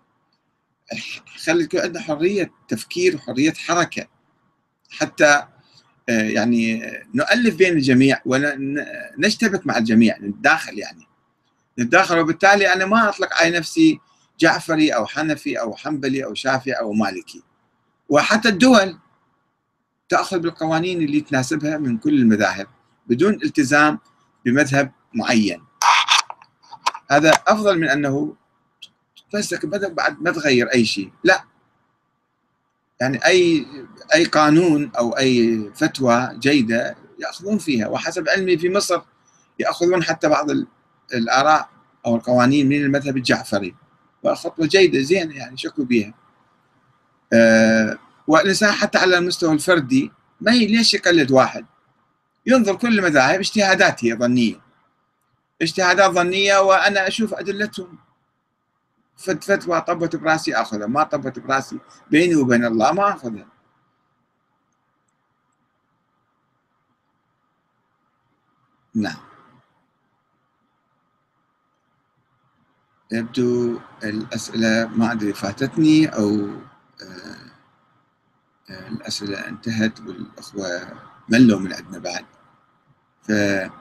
خلي يكون عندنا حرية تفكير وحرية حركة، حتى يعني نؤلف بين الجميع ونشتبك مع الجميع، نتداخل يعني نتداخل. وبالتالي أنا ما أطلق على نفسي جعفري أو حنفي أو حنبلي أو شافعي أو مالكي. وحتى الدول تأخذ بالقوانين اللي تناسبها من كل المذاهب بدون التزام بمذهب معين. هذا أفضل من أنه تمسك بمذهب بعد ما تغير أي شيء. لا، يعني أي أي قانون أو أي فتوى جيدة يأخذون فيها. وحسب علمي في مصر يأخذون حتى بعض الآراء أو القوانين من المذهب الجعفري، وخطوة جيدة زينة يعني شكوا بها. أه والإنسان حتى على المستوى الفردي ما هي ليش يقلد واحد؟ ينظر كل المذاهب اجتهادات، هي ظنية، اجتهادات ظنية، وأنا أشوف أدلتهم. فتوى طبت براسي أخذها، ما طبت براسي بيني وبين الله ما أخذها. نعم، يبدو الأسئلة ما أدري فاتتني أو الأسئلة انتهت والأخوة ملوا من عندنا بعد. ف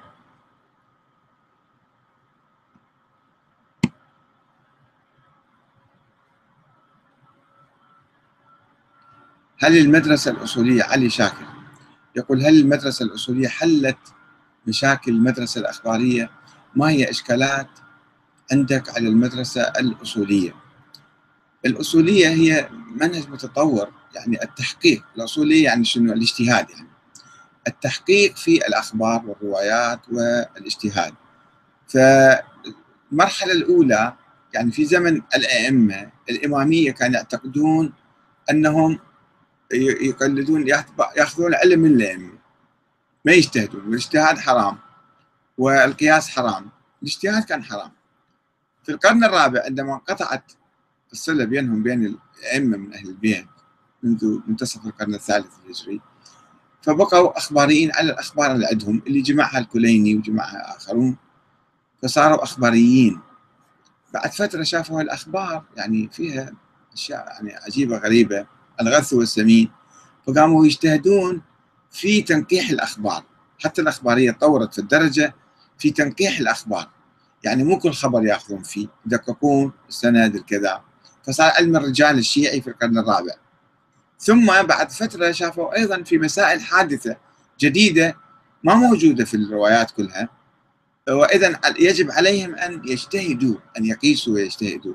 هل المدرسة الأصولية، علي شاكر يقول، هل المدرسة الأصولية حلت مشاكل المدرسة الأخبارية؟ ما هي إشكالات عندك على المدرسة الأصولية؟ الأصولية هي منهج متطور، يعني التحقيق. الأصولية يعني شنو؟ الاجتهاد، يعني التحقيق في الأخبار والروايات والاجتهاد. فالمرحلة الأولى يعني في زمن الأئمة الإمامية كانوا يعتقدون أنهم يقلدون يأخذون علم من الأئمة، ما يجتهدون، والاجتهاد حرام والقياس حرام. الاجتهاد كان حرام. في القرن الرابع عندما انقطعت الصلة بينهم بين الأئمة من أهل البيت منذ منتصف القرن الثالث الهجري، فبقوا أخباريين على الأخبار اللي عندهم اللي جمعها الكليني وجمعها آخرون، فصاروا أخباريين. بعد فترة شافوا الأخبار يعني فيها أشياء يعني عجيبة غريبة، الغث والسمين، فقاموا يجتهدون في تنقيح الأخبار. حتى الأخبارية تطورت في الدرجة في تنقيح الأخبار، يعني مو كل خبر يأخذون فيه، يدققون السند الكذا. فصار علم الرجال الشيعي في القرن الرابع. ثم بعد فترة شافوا أيضا في مسائل حادثة جديدة ما موجودة في الروايات كلها، وإذا يجب عليهم أن يجتهدوا، أن يقيسوا ويجتهدوا.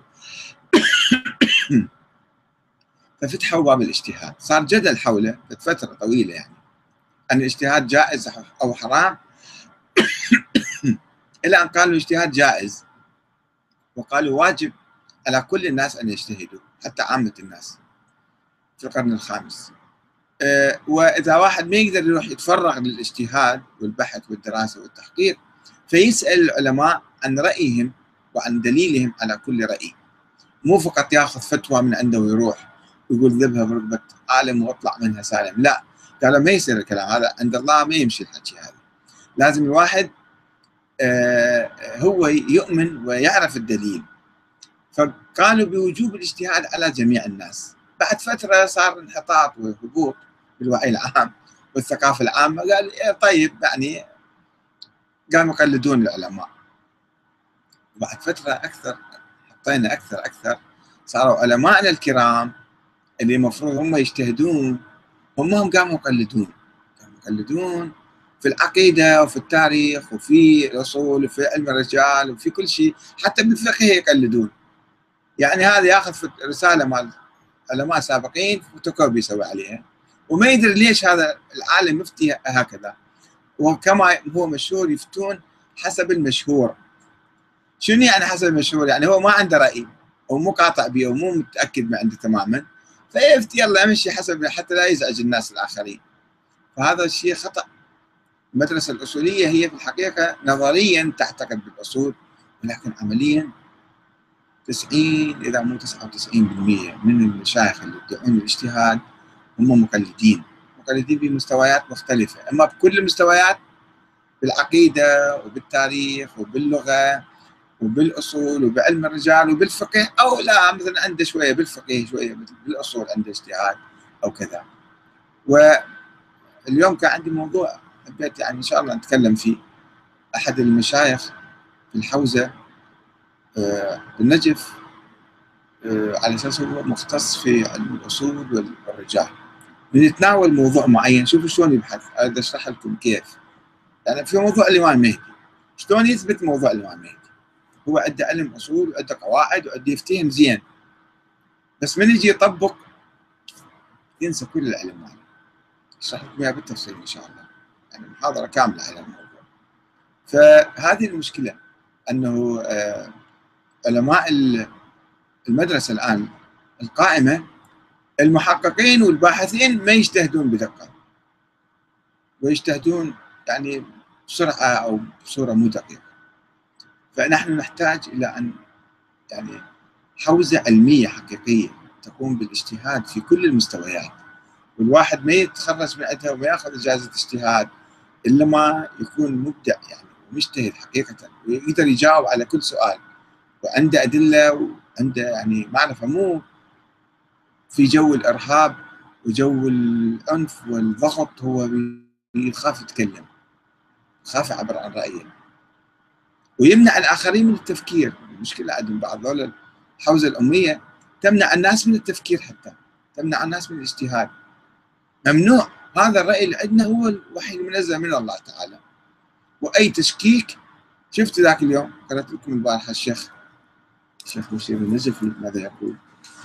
ففتحوا باب الاجتهاد، صار جدل حوله فترة طويلة، يعني أن الاجتهاد جائز أو حرام، إلى أن قالوا الاجتهاد جائز، وقالوا واجب على كل الناس أن يجتهدوا حتى عامة الناس في القرن الخامس. أه وإذا واحد ما يقدر يروح يتفرغ للاجتهاد والبحث والدراسة والتحقيق، فيسأل العلماء عن رأيهم وعن دليلهم على كل رأي، مو فقط ياخذ فتوى من عنده ويروح ويقول ذبها بركبة عالم واطلع منها سالم. لا، قالوا ما يصير الكلام هذا، عند الله ما يمشي الحكي هذا. لازم الواحد هو يؤمن ويعرف الدليل، فقالوا بوجوب الاجتهاد على جميع الناس. بعد فترة صار انحطاط وهبوط بالوعي العام والثقافة العامة، قال إيه طيب يعني قاموا يقلدون العلماء. بعد فترة أكثر حطينا أكثر أكثر صاروا علماءنا الكرام اللي المفروض هم يجتهدون هم هم قاموا يقلدون قاموا يقلدون في العقيدة وفي التاريخ وفي الأصول وفي علم الرجال وفي كل شيء، حتى بالفقه يقلدون. يعني هذا ياخذ رسالة مال علماء سابقين فوتوكوبي يسوي عليها، وما يدري ليش هذا العالم يفتي هكذا. وكما هو مشهور يفتون حسب المشهور. شنو يعني حسب المشهور؟ يعني هو ما عنده رأي ومو قاطع به ومو متأكد من عنده تماما، فيفتي يلا امشي حسب حتى لا يزعج الناس الآخرين. فهذا الشيء خطأ. المدرسة الأصولية هي في الحقيقة نظريا تعتقد بالأصول، ولكن عمليا تسعين إذا مو تسعة وتسعين بالمئة من المشايخ اللي يدعون الاجتهاد هم مقلدين، مقلدين بمستويات مختلفة، أما بكل المستويات، بالعقيدة وبالتاريخ وباللغة وبالأصول وبعلم الرجال وبالفقه، أو لا مثلا عنده شوية بالفقه شوية بالأصول عنده اجتهاد أو كذا. واليوم كان عندي موضوع حبيت يعني إن شاء الله نتكلم فيه. أحد المشايخ في الحوزة بالنجف على أساس هو مختص في علم الأصول والرجال، بنتناول موضوع معين. شوفوا شلون يبحث، أريد أشرح لكم كيف. يعني في موضوع الإمام المهدي شلون يثبت موضوع الإمام المهدي. هو عنده علم أصول وعنده قواعد وعنده يفتهم زين، بس من يجي يطبق ينسى كل العلم ماله. اشرح لكم اياه بالتفصيل ان شاء الله، يعني محاضره كامله على الموضوع. فهذه المشكله، انه علماء المدرسه الان القائمه المحققين والباحثين ما يجتهدون بدقه، ويجتهدون يعني بسرعه او بصوره مو دقيقه. فنحن نحتاج الى ان يعني حوزه علميه حقيقيه تقوم بالاجتهاد في كل المستويات، والواحد ما يتخرج من عندها وما ياخذ اجازه اجتهاد الا ما يكون مبدع يعني ومجتهد حقيقه، ويقدر يجاوب على كل سؤال وعنده ادله وعنده يعني معرفه، مو في جو الارهاب وجو العنف والضغط. هو يخاف يتكلم، يخاف يعبر عن رايه، ويمنع الاخرين من التفكير. المشكله عندهم بعض ذول الحوزه الاميه تمنع الناس من التفكير، حتى تمنع الناس من الاجتهاد. ممنوع. هذا الرأي اللي عندنا هو الوحي المنزل من الله تعالى، وأي تشكيك. شفت ذاك اليوم قرأت لكم البارحة الشيخ الشيخ بشير النجفي ماذا يقول: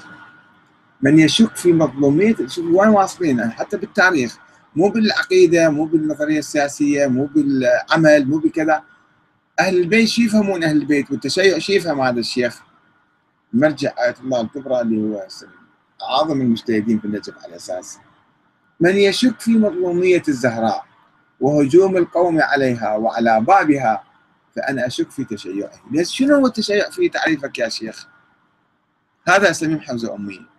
من يشك في مظلومية، شوف وين واصلين حتى بالتاريخ، مو بالعقيدة، مو بالنظرية السياسية، مو بالعمل، مو بكذا. أهل البيت شو يفهمون؟ أهل البيت والتشيع شو يفهم هذا الشيخ مرجع آية الله الكبرى اللي هو أعظم المجتهدين في النجف على أساس: من يشك في مظلومية الزهراء وهجوم القوم عليها وعلى بابها فأنا أشك في تشيعه. شنو هو التشيع في تعريفك يا شيخ؟ هذا أسميه حوزة أمية،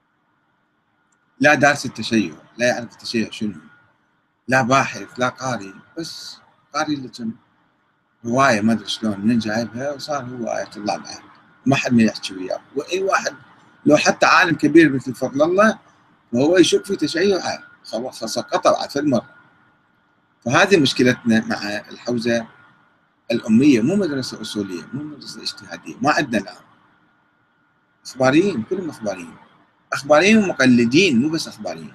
لا دارس التشيع، لا يعرف التشيع شنو، لا باحث، لا قاري، بس قاري لكم رواية ما أدري شلون من جايبها وصار هو آية الله بعد، ما حد ما يحكي وياه. وأي واحد لو حتى عالم كبير مثل فضل الله وهو يشك في تشيعه سقطه بعد في المرة. فهذه مشكلتنا مع الحوزة الأمية، مو مدرسة أصولية، مو مدرسة اجتهادية. ما عندنا الآن أخباريين، كلهم أخباريين، أخباريين ومقلدين، مو بس أخباريين.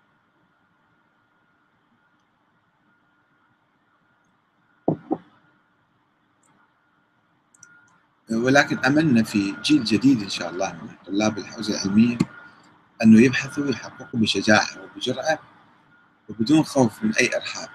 ولكن أملنا في جيل جديد إن شاء الله من طلاب الحوزة العلمية أنه يبحثوا ويحققوا بشجاعة وبجرأة وبدون خوف من أي إرهاب،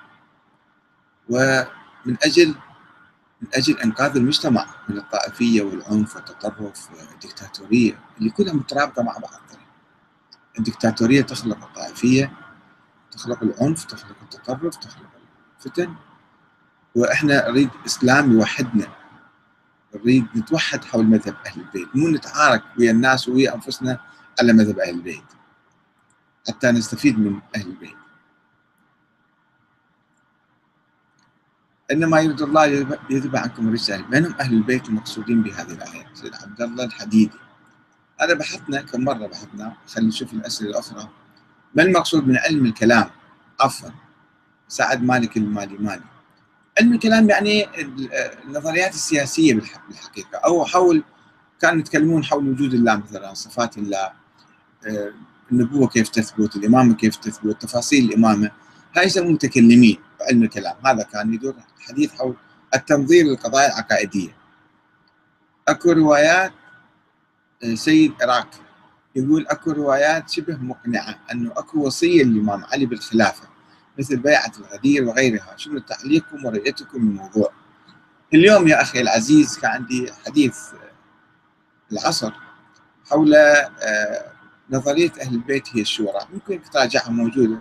ومن أجل من أجل إنقاذ المجتمع من الطائفية والعنف والتطرف والدكتاتورية اللي كلها مترابطة مع بعض. الدكتاتورية تخلق الطائفية، تخلق العنف، تخلق التطرف، تخلق الفتن. وإحنا نريد إسلام يوحدنا، نريد نتوحد حول مذهب أهل البيت، مو نتعارك ويا الناس ويا أنفسنا على مذهب أهل البيت حتى نستفيد من أهل البيت. إنما يريد الله ليذهب عنكم الرجس، من هم أهل البيت المقصودين بهذه الآية؟ سيد عبد الله الحديدي. هذا بحثنا كم مرة بحثنا، خلينا نشوف الأسئلة الأخرى. ما المقصود من علم الكلام؟ عفوا سعد مالك المالي مالي. علم الكلام يعني النظريات السياسية بالحقيقة، أو حول كانوا يتكلمون حول وجود الله مثلا، صفات الله، النبوة كيف تثبت، الإمامة كيف تثبت، تفاصيل الإمامة، هاي يسمون متكلمين بعلم الكلام. هذا كان يدور الحديث حول التنظير للقضايا العقائدية. أكو روايات سيد عراق يقول أكو روايات شبه مقنعة أنه أكو وصية للإمام علي بالخلافة مثل بيعة الغدير وغيرها. شنو تعليقكم ورؤيتكم للموضوع؟ اليوم يا أخي العزيز كان عندي حديث العصر حول نظرية أهل البيت هي الشورى، ممكن تراجعها موجودة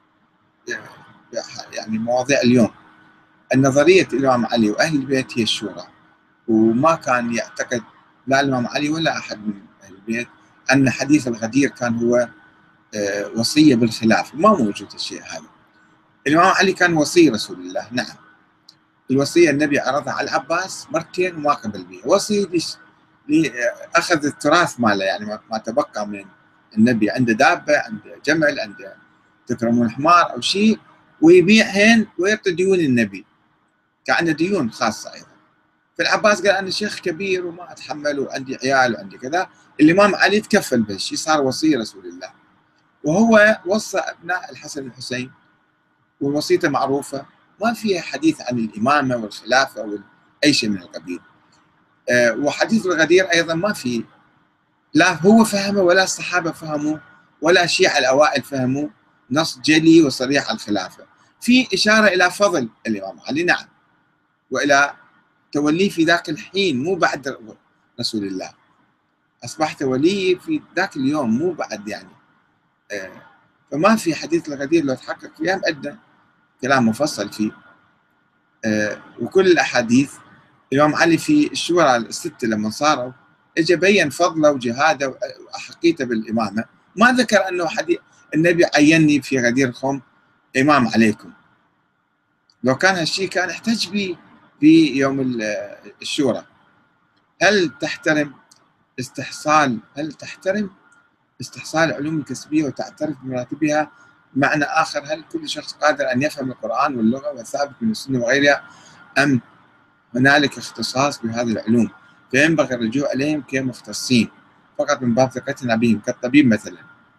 يعني مواضيع اليوم. النظرية الإمام علي وأهل البيت هي الشورى، وما كان يعتقد لا الإمام علي ولا أحد من أهل البيت أن حديث الغدير كان هو وصية بالخلافة، ما موجود الشيء هذا. الإمام علي كان وصي رسول الله، نعم، الوصية النبي عرضها على العباس مرتين وما قبل بها. وصي ليش؟ لأخذ التراث ماله، يعني ما تبقى من النبي، عنده دابة، عنده جمل، عنده تكرمون حمار أو شيء، ويبيعهن ويعطي ديون النبي، كان عنده ديون خاصة أيضا. فالعباس قال أنا شيخ كبير وما أتحمل وعندي عيال وعندي كذا. الإمام علي تكفل بهالشيء، صار وصي رسول الله، وهو وصى أبناء الحسن والحسين ووصيته معروفة، ما فيها حديث عن الإمامة والخلافة وأي شيء من القبيل. أه وحديث الغدير أيضا ما في، لا هو فهمه ولا الصحابة فهموا ولا الشيعة الأوائل فهموا نص جلي وصريح على الخلافة. في إشارة إلى فضل الإمام علي، نعم، وإلى توليه في ذاك الحين مو بعد رسول الله، أصبحت ولي في ذاك اليوم مو بعد يعني. أه فما في حديث الغدير لو تحقق فيها مؤدى كلام مفصل فيه. أه وكل الأحاديث الإمام علي في الشورى الستة لما صاروا اجى بين فضله وجهاده وأحقيته بالإمامة، ما ذكر أنه حديث النبي عيني في غدير خم إمام عليكم. لو كان هالشيء كان احتج به في يوم الشورى. هل تحترم استحصال هل تحترم استحصال العلوم الكسبية وتعترف بمراتبها؟ بمعنى آخر، هل كل شخص قادر أن يفهم القرآن واللغة والثابت من السنة وغيرها، أم هنالك اختصاص بهذه العلوم فينبغي الرجوع إليهم كمختصين فقط من باب ثقتنا بهم كالطبيب مثلا؟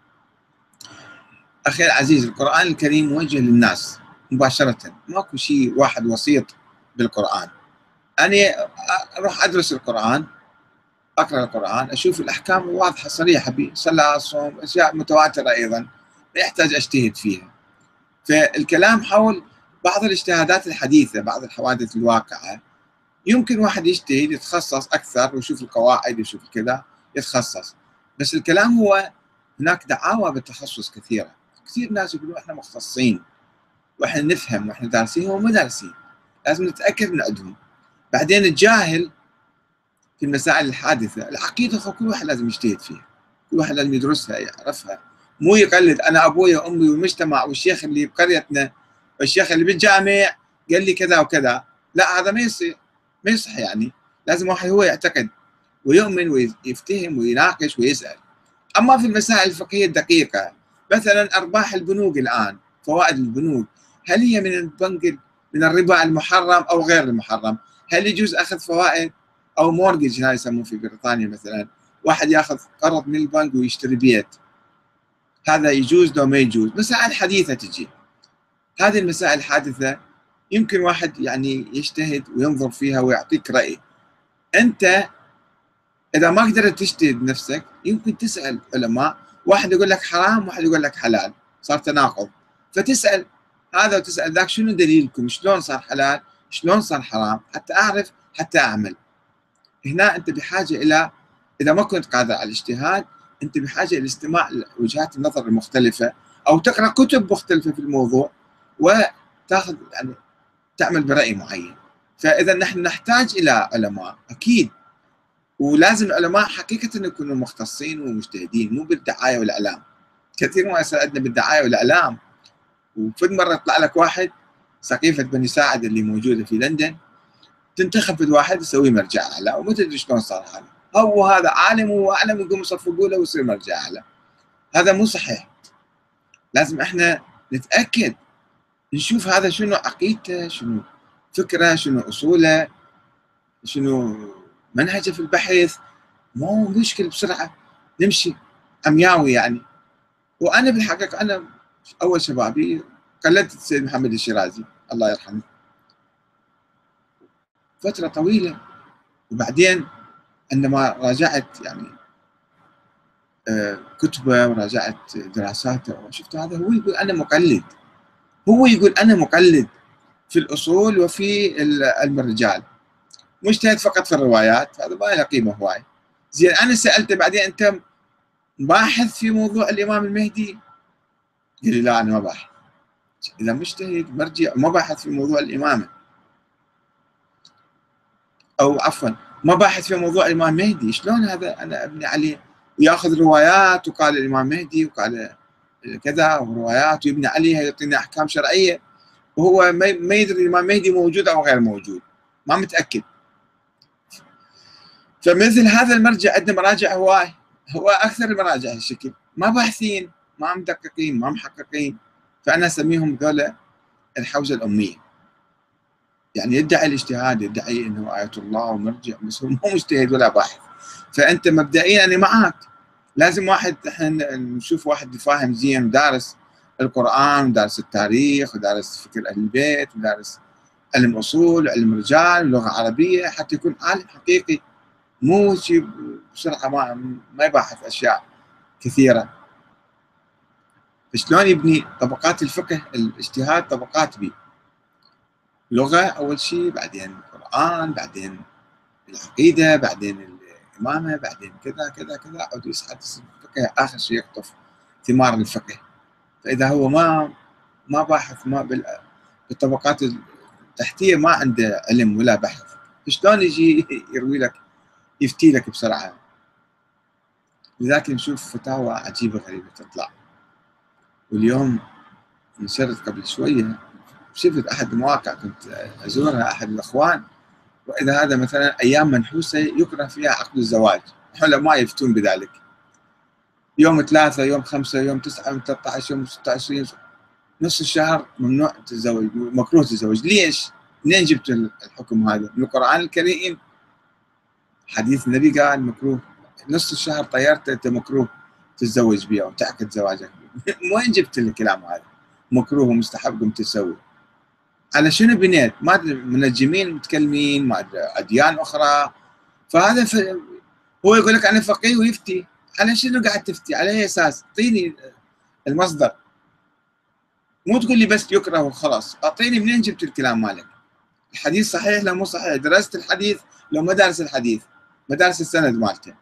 أخي العزيز، القرآن الكريم موجه للناس مباشرة، ماكو شيء واحد وسيط بالقرآن. أنا أروح أدرس القرآن، أقرأ القرآن، أشوف الأحكام واضحة صريحة بصلاة صوم أشياء متواترة أيضا لا يحتاج أجتهد فيها. فالكلام حول بعض الاجتهادات الحديثة، بعض الحوادث الواقعة، يمكن واحد يجتهد يتخصص أكثر ويشوف القواعد ويشوف كذا يتخصص. بس الكلام هو هناك دعاوى بالتخصص كثيرة، كثير ناس يقولون إحنا مختصين وإحنا نفهم وإحنا دارسين، هم مو دارسين، لازم نتأكد من عندهم. بعدين الجاهل في المسائل الحادثة، العقيدة كل واحد لازم يجتهد فيها، كل واحد لازم يدرسها يعرفها، مو يقلد أنا أبوي وأمي والمجتمع والشيخ اللي بقريتنا والشيخ اللي بالجامع قال لي كذا وكذا. لا، هذا ما يصير، ما يصح. يعني لازم واحد هو يعتقد ويؤمن ويفتهم ويناقش ويسأل. أما في المسائل الفقهية الدقيقة، مثلا أرباح البنوك الآن، فوائد البنوك، هل هي من البنك من الربا المحرم أو غير المحرم؟ هل يجوز أخذ فوائد أو مورجج، هاي يسموه في بريطانيا مثلا، واحد ياخذ قرض من البنك ويشتري بيت، هذا يجوز لو ما يجوز؟ مسائل حديثة تجي، هذه المسائل الحادثة يمكن واحد يعني يجتهد وينظر فيها ويعطيك رأي. أنت إذا ما قدرت تجتهد بنفسك يمكن تسأل علماء، واحد يقول لك حرام واحد يقول لك حلال، صار تناقض، فتسأل هذا وتسأل ذاك شنو دليلكم، شلون صار حلال، شلون صار حرام، حتى أعرف حتى أعمل. هنا أنت بحاجة إلى، إذا ما كنت قادر على الاجتهاد، أنت بحاجة إلى استماع لوجهات النظر المختلفة، أو تقرأ كتب مختلفة في الموضوع وتاخذ يعني تعمل برأي معين. فإذا نحن نحتاج إلى علماء أكيد، ولازم العلماء حقيقة يكونوا مختصين ومجتهدين، مو بالدعاية والإعلام. كثير ما يصير عندنا بالدعاية والإعلام، وفي مرة يطلع لك واحد سقيفة بني ساعد اللي موجودة في لندن تنتخب واحد يسوي مرجع أعلى، وما تدري شلون صار هذا. هو هذا عالم وأعلم يقوم يصفقوا له ويصير مرجع أعلى. هذا مو صحيح. لازم احنا نتأكد، نشوف هذا شنو عقيدته، شنو فكره، شنو أصوله، شنو منهجه في البحث. مو مشكل بسرعة نمشي عمياوي يعني. وأنا بالحقيقة أنا أول شبابي قلدت السيد محمد الشيرازي الله يرحمه فترة طويلة، وبعدين عندما راجعت يعني كتبه وراجعت دراساته وشفت هذا هو يقول أنا مقلد، هو يقول أنا مقلد في الأصول وفي علم الرجال، مجتهد فقط في الروايات. هذا ما له قيمة هواي. زين أنا سألته بعدين أنت باحث في موضوع الإمام المهدي؟ قال لي لا أنا ما باحث. إذا مجتهد مرجع ما باحث في موضوع الإمامة، أو عفوا ما باحث في موضوع الإمام المهدي، شلون هذا أنا أبني عليه؟ ويأخذ روايات وقال الإمام المهدي وقال كذا وروايات ويبني عليها يعطينا أحكام شرعية، وهو ما يدري الإمام المهدي موجود أو غير موجود، ما متأكد. فمثل هذا المرجع عندنا مراجع هواي، هو أكثر المراجع هالشكل، ما باحثين، ما مدققين، ما محققين. فأنا أسميهم ذولا الحوزة الأمية. يعني يدعي الاجتهاد، يدعي أنه آية الله ومرجع، بس هو مو مجتهد ولا باحث. فأنت مبدئيا أنا معك، لازم واحد احنا نشوف واحد فاهم زين ودارس القرآن ودارس التاريخ ودارس فكر أهل البيت ودارس علم أصول وعلم رجال ولغة عربية حتى يكون عالم حقيقي، مو شيء بسرعة ما ما يباحث أشياء كثيرة. فشلون يبني طبقات الفقه الاجتهاد؟ طبقات بي لغة أول شيء، بعدين القرآن، بعدين العقيدة، بعدين الإمامة، بعدين كذا كذا كذا، عود يصعد الفقه، آخر شيء يقطف ثمار الفقه. فإذا هو ما ما باحث، ما بالطبقات التحتية ما عنده علم ولا بحث، شلون يجي يروي لك يفتي لك بسرعة؟ لذلك نشوف فتاوى عجيبة غريبة تطلع. واليوم نشرت قبل شوية، شفت أحد المواقع كنت أزورها أحد الأخوان، وإذا هذا مثلا أيام منحوسة يكره فيها عقد الزواج، علماء يفتون بذلك، يوم ثلاثة، يوم خمسة، يوم تسعة، يوم ثلاثة عشر، يوم ستة عشر، نص الشهر ممنوع تتزوج، مكروه تتزوج. ليش؟ منين جبت الحكم هذا؟ من القرآن الكريم، حديث النبي قال مكروه. نص الشهر طيرته أنت مكروه تتزوج بيه أو تعقد زواجك. وين جبت الكلام هذا؟ مكروه ومستحب قمت تسوي. على شنو بنيت؟ ما ادري، منجمين متكلمين، ما ادري اديان اخرى. فهذا ف... هو يقول لك انا فقيه ويفتي، على شنو قاعد تفتي؟ على اي اساس؟ اعطيني المصدر، مو تقول لي بس يكره وخلاص، اعطيني منين جبت الكلام مالك؟ الحديث صحيح لو مو صحيح؟ درست الحديث لو ما دارس الحديث؟ مدارس السند مالته.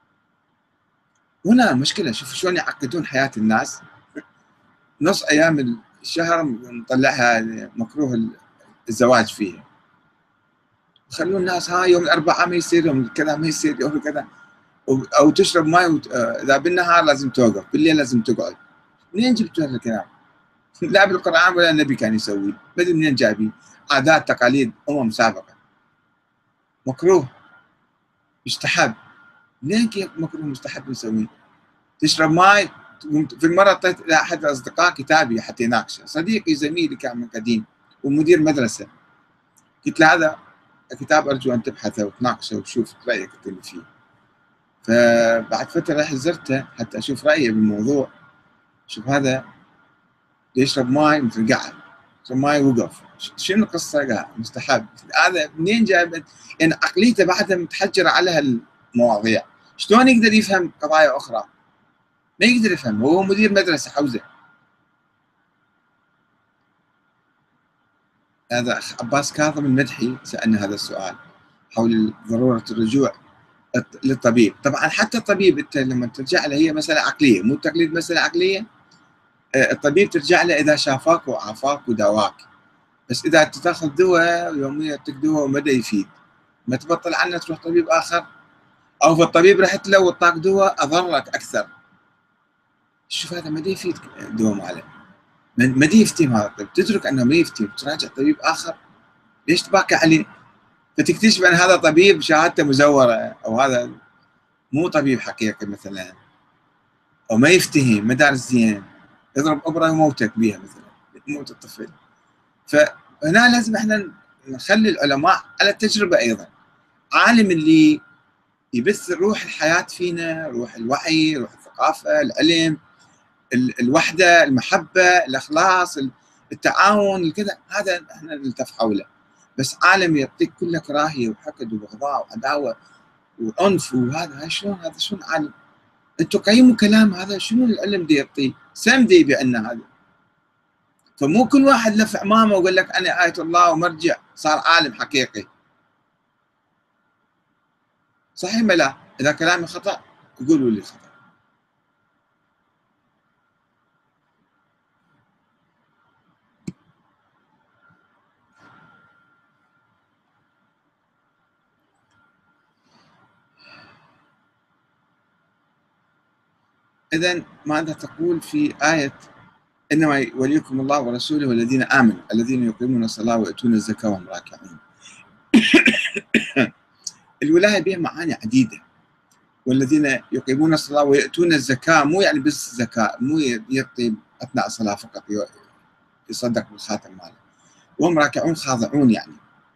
هنا مشكله، شوف شلون يعقدون حياه الناس. نص ايام الشهر نطلعها مكروه الزواج فيها، خلوا الناس ها يوم الاربعاء ما يصير، يوم كذا ما يصير، يوم كذا، او تشرب ماء وت... اذا بالنهار لازم توقف، بالليل لازم تقعد. منين جبتوا هذا الكلام؟ لا بالقران ولا النبي كان يسوي، ما ادري منين جايبين. عادات تقاليد امم سابقه. مكروه يستحب، منين كيف مكروه مستحب نسويه؟ تشرب ماء. في المره اعطيت لاحد الاصدقاء كتابي حتى يناقشه، صديقي زميلي كان من قديم ومدير مدرسه، قلت له هذا كتاب ارجو ان تبحثه وتناقشه وتشوف رايك اللي فيه. فبعد فتره رحت زرته حتى اشوف رايه بالموضوع. شوف هذا يشرب ماي مثل قاعد، يشرب ماي وقف، شنو القصه؟ قاعد مستحب. هذا منين جايب؟ يعني عقليته بعدها متحجره على هالمواضيع، شلون يقدر يفهم قضايا اخرى؟ ما يقدر يفهم، هو مدير مدرسه حوزه. هذا اخ عباس كاظم المدحي سالنا هذا السؤال حول ضروره الرجوع للطبيب. طبعا حتى الطبيب انت لما ترجع له هي مساله عقليه، مو التقليد مساله عقليه. الطبيب ترجع له اذا شافاك وعافاك وداواك، بس اذا تاخذ دواء يوميا يعطيك دواء وما يفيد، ما تبطل عنه تروح طبيب اخر، او في الطبيب رحت له وطاك دواء اضرك اكثر. شوف هذا ما يفيد دواء ماله. من ما دي يفتهم هذا الطبيب، تدرك انه ما يفتهم، تراجع طبيب اخر، ليش تباكى عليه؟ فتكتشف ان هذا طبيب شهادته مزوره، او هذا مو طبيب حقيقي مثلا، او ما يفتهم، ما دارس زين، يضرب ابره ويموتك بها مثلا، يموت الطفل. فهنا لازم احنا نخلي العلماء على التجربه ايضا. عالم اللي يبث روح الحياه فينا، روح الوعي، روح الثقافه، العلم، الوحده، المحبه، الاخلاص، التعاون، الكذا، هذا احنا نلتف حوله. بس عالم يعطيك كله كراهيه وحقد وبغضاء وعداوه وعنف، وهذا شلون؟ هذا شلون عالم؟ انتم قيموا كلام هذا، شنو العلم دي يعطيه؟ سم دي بان هذا. فمو كل واحد لف عمامه وقال لك انا آية الله ومرجع صار عالم حقيقي. صحيح ولا لا؟ اذا كلامي خطا قولوا لي خطا. اذا ماذا تقول في آية انما وليكم الله ورسوله والذين امنوا الذين يقيمون الصلاه ويؤتون الزكاه وهم راكعون. الولايه بها معاني عديده. والذين يقيمون الصلاه ويؤتون الزكاه مو يعني بس زكاه، مو يعطي اثناء الصلاه فقط يصدق بالخاتم ماله، وهم راكعون خاضعون يعني.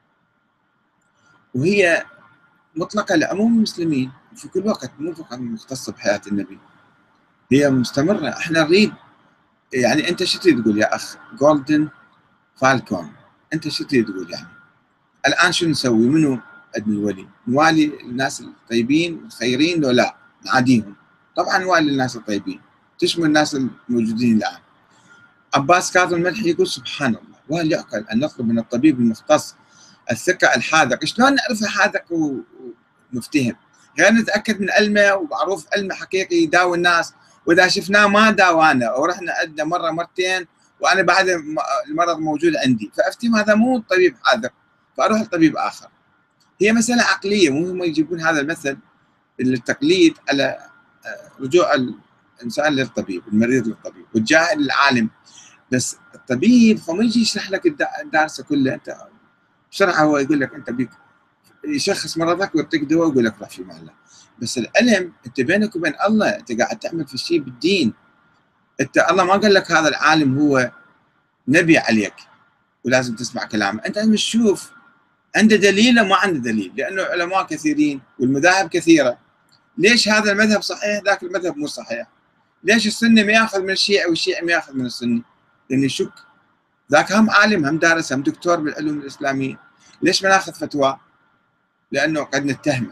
وهي مطلقه لعموم المسلمين في كل وقت، مو فقط مختصه بحياه النبي، هي مستمره. احنا نريد يعني، انت شو تريد تقول يا اخ جولدن فالكون؟ انت شو تريد تقول يعني؟ الان شو نسوي؟ منو ابن الولي؟ نوالي الناس الطيبين الخيرين لو لا نعاديهم؟ طبعا نوالي الناس الطيبين، تشمل الناس الموجودين الان. عباس كاظم الملحي يقول سبحان الله، وهل يعقل ان نطلب من الطبيب المختص الثقه الحاذق؟ شلون نعرفه حاذق ومفتهم؟ غير نتاكد من علمه ومعروف علمه حقيقي يداوي الناس، واذا شفناه ما داوانا او رحنا عندنا مره مرتين وانا بعد المرض موجود عندي فافتهم هذا مو طبيب حاذق فاروح لطبيب اخر. هي مساله عقليه، مو هم يجيبون هذا المثل للتقليد على رجوع الانسان للطبيب، المريض للطبيب والجاهل للعالم. بس الطبيب فما يجي يشرح لك الدارسه كلها، انت بسرعه هو يقول لك انت بيك يشخص مرضك ويعطيك دواء ويقول لك روح في الله. بس العلم انت بينك وبين الله، انت قاعد تعمل في شيء بالدين. انت الله ما قال لك هذا العالم هو نبي عليك ولازم تسمع كلامه، انت لازم تشوف عنده دليل وما عنده دليل، لانه علماء كثيرين والمذاهب كثيره. ليش هذا المذهب صحيح ذاك المذهب مو صحيح؟ ليش السني ما ياخذ من الشيعي والشيعي ما ياخذ من السني؟ لانه يشك. ذاك هم عالم، هم دارس، هم دكتور بالعلوم الاسلاميه، ليش ما ناخذ فتوى؟ لانه قد نتهمه.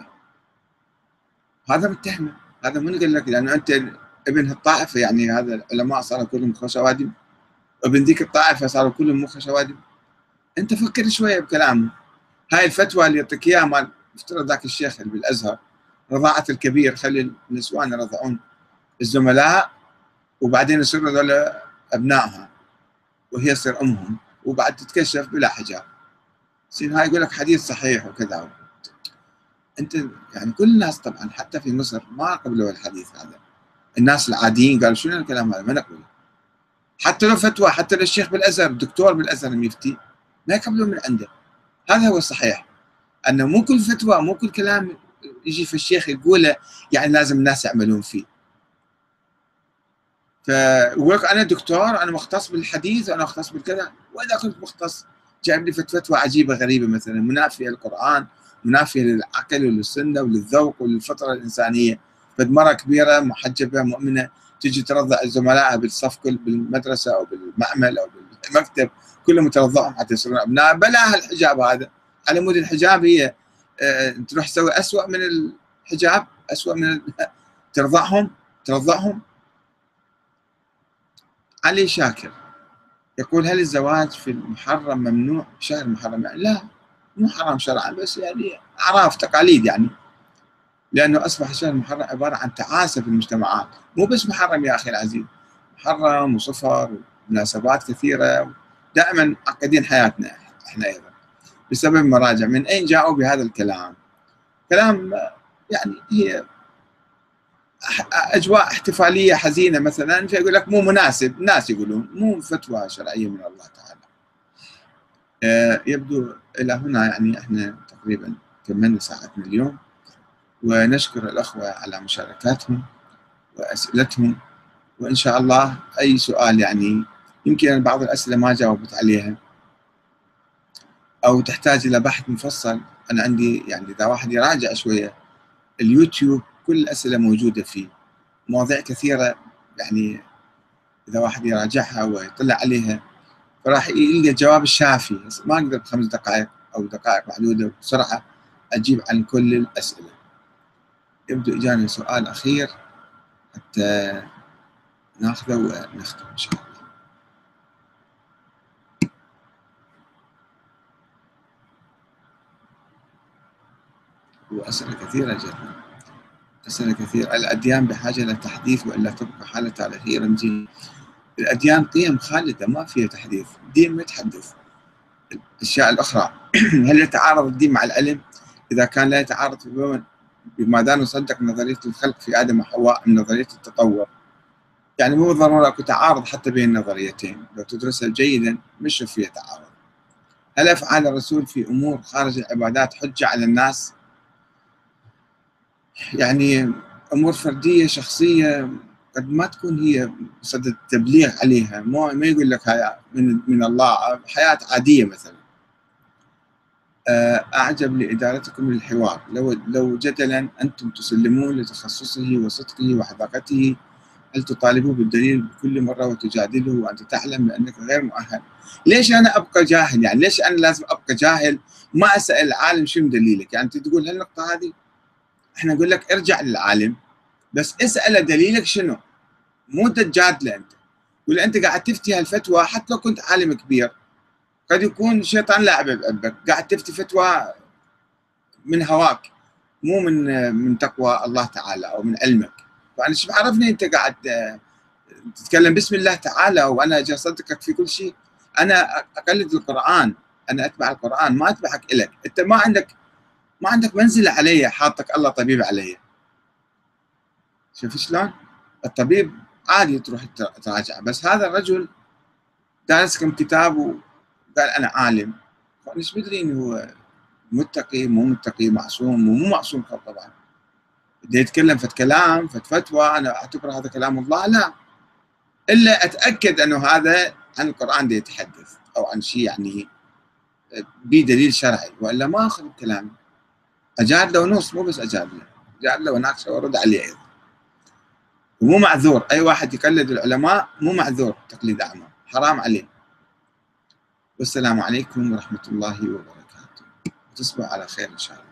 هذا متهمه، هذا من قال لك؟ لانه انت ابن الطائفه، يعني هذا العلماء صاروا كلهم خوشوادم، ابن ذيك الطائفه صاروا كلهم مو خوشوادم. انت فكر شويه بكلامه. هاي الفتوى اللي يعطيك اياها مال افترض ذاك الشيخ اللي بالازهر، رضاعه الكبير، خلي النسوان يرضعون الزملاء وبعدين يصيروا هذول ابنائها وهي تصير امهم وبعد تتكشف بلا حجاب. زين هاي يقول لك حديث صحيح وكذا. انت يعني كل الناس طبعا حتى في مصر ما قبلوا الحديث هذا، الناس العاديين قالوا شنو الكلام هذا ما نقبله. حتى لو فتوى، حتى لو الشيخ بالازهر دكتور بالازهر يفتي ما يقبلون من عنده. هذا هو الصحيح، انه مو كل فتوى مو كل كلام يجي في الشيخ يقوله يعني لازم الناس يعملون فيه. فيقول انا دكتور، انا مختص بالحديث، انا مختص بالكذا، واذا كنت مختص جايب لي فتوى عجيبه غريبه مثلا منافيه للقران، منافيه للعقل وللسنه وللذوق وللفطره الانسانيه. فد مره كبيره محجبه مؤمنه تجي ترضع زملائها بالصف كل بالمدرسه او بالمعمل او بالمكتب، كلهم ترضعهم حتى يصيرون ابناء، بلا الحجاب هذا على مود الحجاب هي أه تروح تسوي اسوء من الحجاب، اسوء من ترضعهم ترضعهم. علي شاكر يقول هل الزواج في المحرم ممنوع شهر المحرم؟ يعني لا، مو حرام شرعا، بس يعني اعراف تقاليد يعني، لانه اصبح الشهر المحرم عباره عن تعاسه في المجتمعات. مو بس محرم يا اخي العزيز، محرم وصفر ومناسبات كثيره، دائما معقدين حياتنا احنا ايضا بسبب مراجع. من اين جاءوا بهذا الكلام؟ كلام يعني هي اجواء احتفاليه حزينه مثلا، فيقول لك مو مناسب، الناس يقولون مو فتوى شرعيه من الله تعالى. آه، يبدو الى هنا يعني احنا تقريبا كملنا ساعتنا اليوم، ونشكر الاخوه على مشاركاتهم واسئلتهم، وان شاء الله اي سؤال يعني يمكن بعض الاسئله ما جاوبت عليها او تحتاج الى بحث مفصل، انا عندي يعني اذا واحد يراجع شويه اليوتيوب كل الاسئله موجوده فيه، مواضيع كثيره يعني اذا واحد يراجعها ويطلع عليها فراح يلقى الجواب الشافي. ما اقدر بخمس دقائق او دقائق محدوده بسرعه اجيب عن كل الاسئله. يبدو اجاني سؤال اخير حتى ناخذه ونختم ان شاء الله. واسئله كثيره جدا، اسئله كثيره. الاديان بحاجه الى تحديث والا تبقى حاله تاريخيه رمزيه؟ الاديان قيم خالده ما فيها تحديث، الدين ما يتحدث. الاشياء الاخرى هل يتعارض الدين مع العلم؟ اذا كان لا يتعارض بما دام نصدق نظريه الخلق في ادم وحواء من نظريه التطور، يعني مو بالضروره اكو تعارض حتى بين النظريتين، لو تدرسها جيدا مش فيها تعارض. هل افعال الرسول في امور خارج العبادات حجه على الناس؟ يعني امور فرديه شخصيه قد ما تكون هي صدد التبليغ عليها، ما ما يقول لك هاي من من الله، حياه عاديه مثلا. اعجب لادارتكم للحوار، لو لو جدلا انتم تسلمون لتخصصه وصدقه وحذاقته، هل تطالبوه بالدليل بكل مره وتجادله وانت تعلم بانك غير مؤهل؟ ليش انا ابقى جاهل؟ يعني ليش انا لازم ابقى جاهل ما اسال العالم شنو دليلك؟ يعني انت تقول هالنقطه هذه، احنا نقول لك ارجع للعالم بس اساله دليلك شنو، مو تجادله انت. ولا انت قاعد تفتي هالفتوى حتى لو كنت عالم كبير، قد يكون شيطان لاعب بقلبك، قاعد تفتي فتوى من هواك مو من من تقوى الله تعالى او من علمك. فانا شو بعرفني انت قاعد تتكلم باسم الله تعالى وانا اجي اصدقك في كل شيء؟ انا اقلد القران، انا اتبع القران ما اتبعك الك، انت ما عندك ما عندك منزله علي، حاطك الله طبيب علي. شوف شلون؟ الطبيب عادي تروح تراجع، بس هذا الرجل دارس كم كتاب وقال انا عالم، فانا ايش بدري انه هو متقي مو متقي، معصوم ومو معصوم طبعا. بده يتكلم فت كلام فت فتوى انا اعتبر هذا كلام الله، لا الا اتاكد انه هذا عن القران ده يتحدث او عن شيء يعني بدليل شرعي، والا ما اخذ بكلامه. اجادله ونص، مو بس اجادله، اجادله وناقشه وارد عليه ايضا. ومو معذور، اي واحد يقلد العلماء مو معذور تقليد اعمى، حرام عليه. والسلام عليكم ورحمه الله وبركاته، تصبحوا على خير ان شاء الله.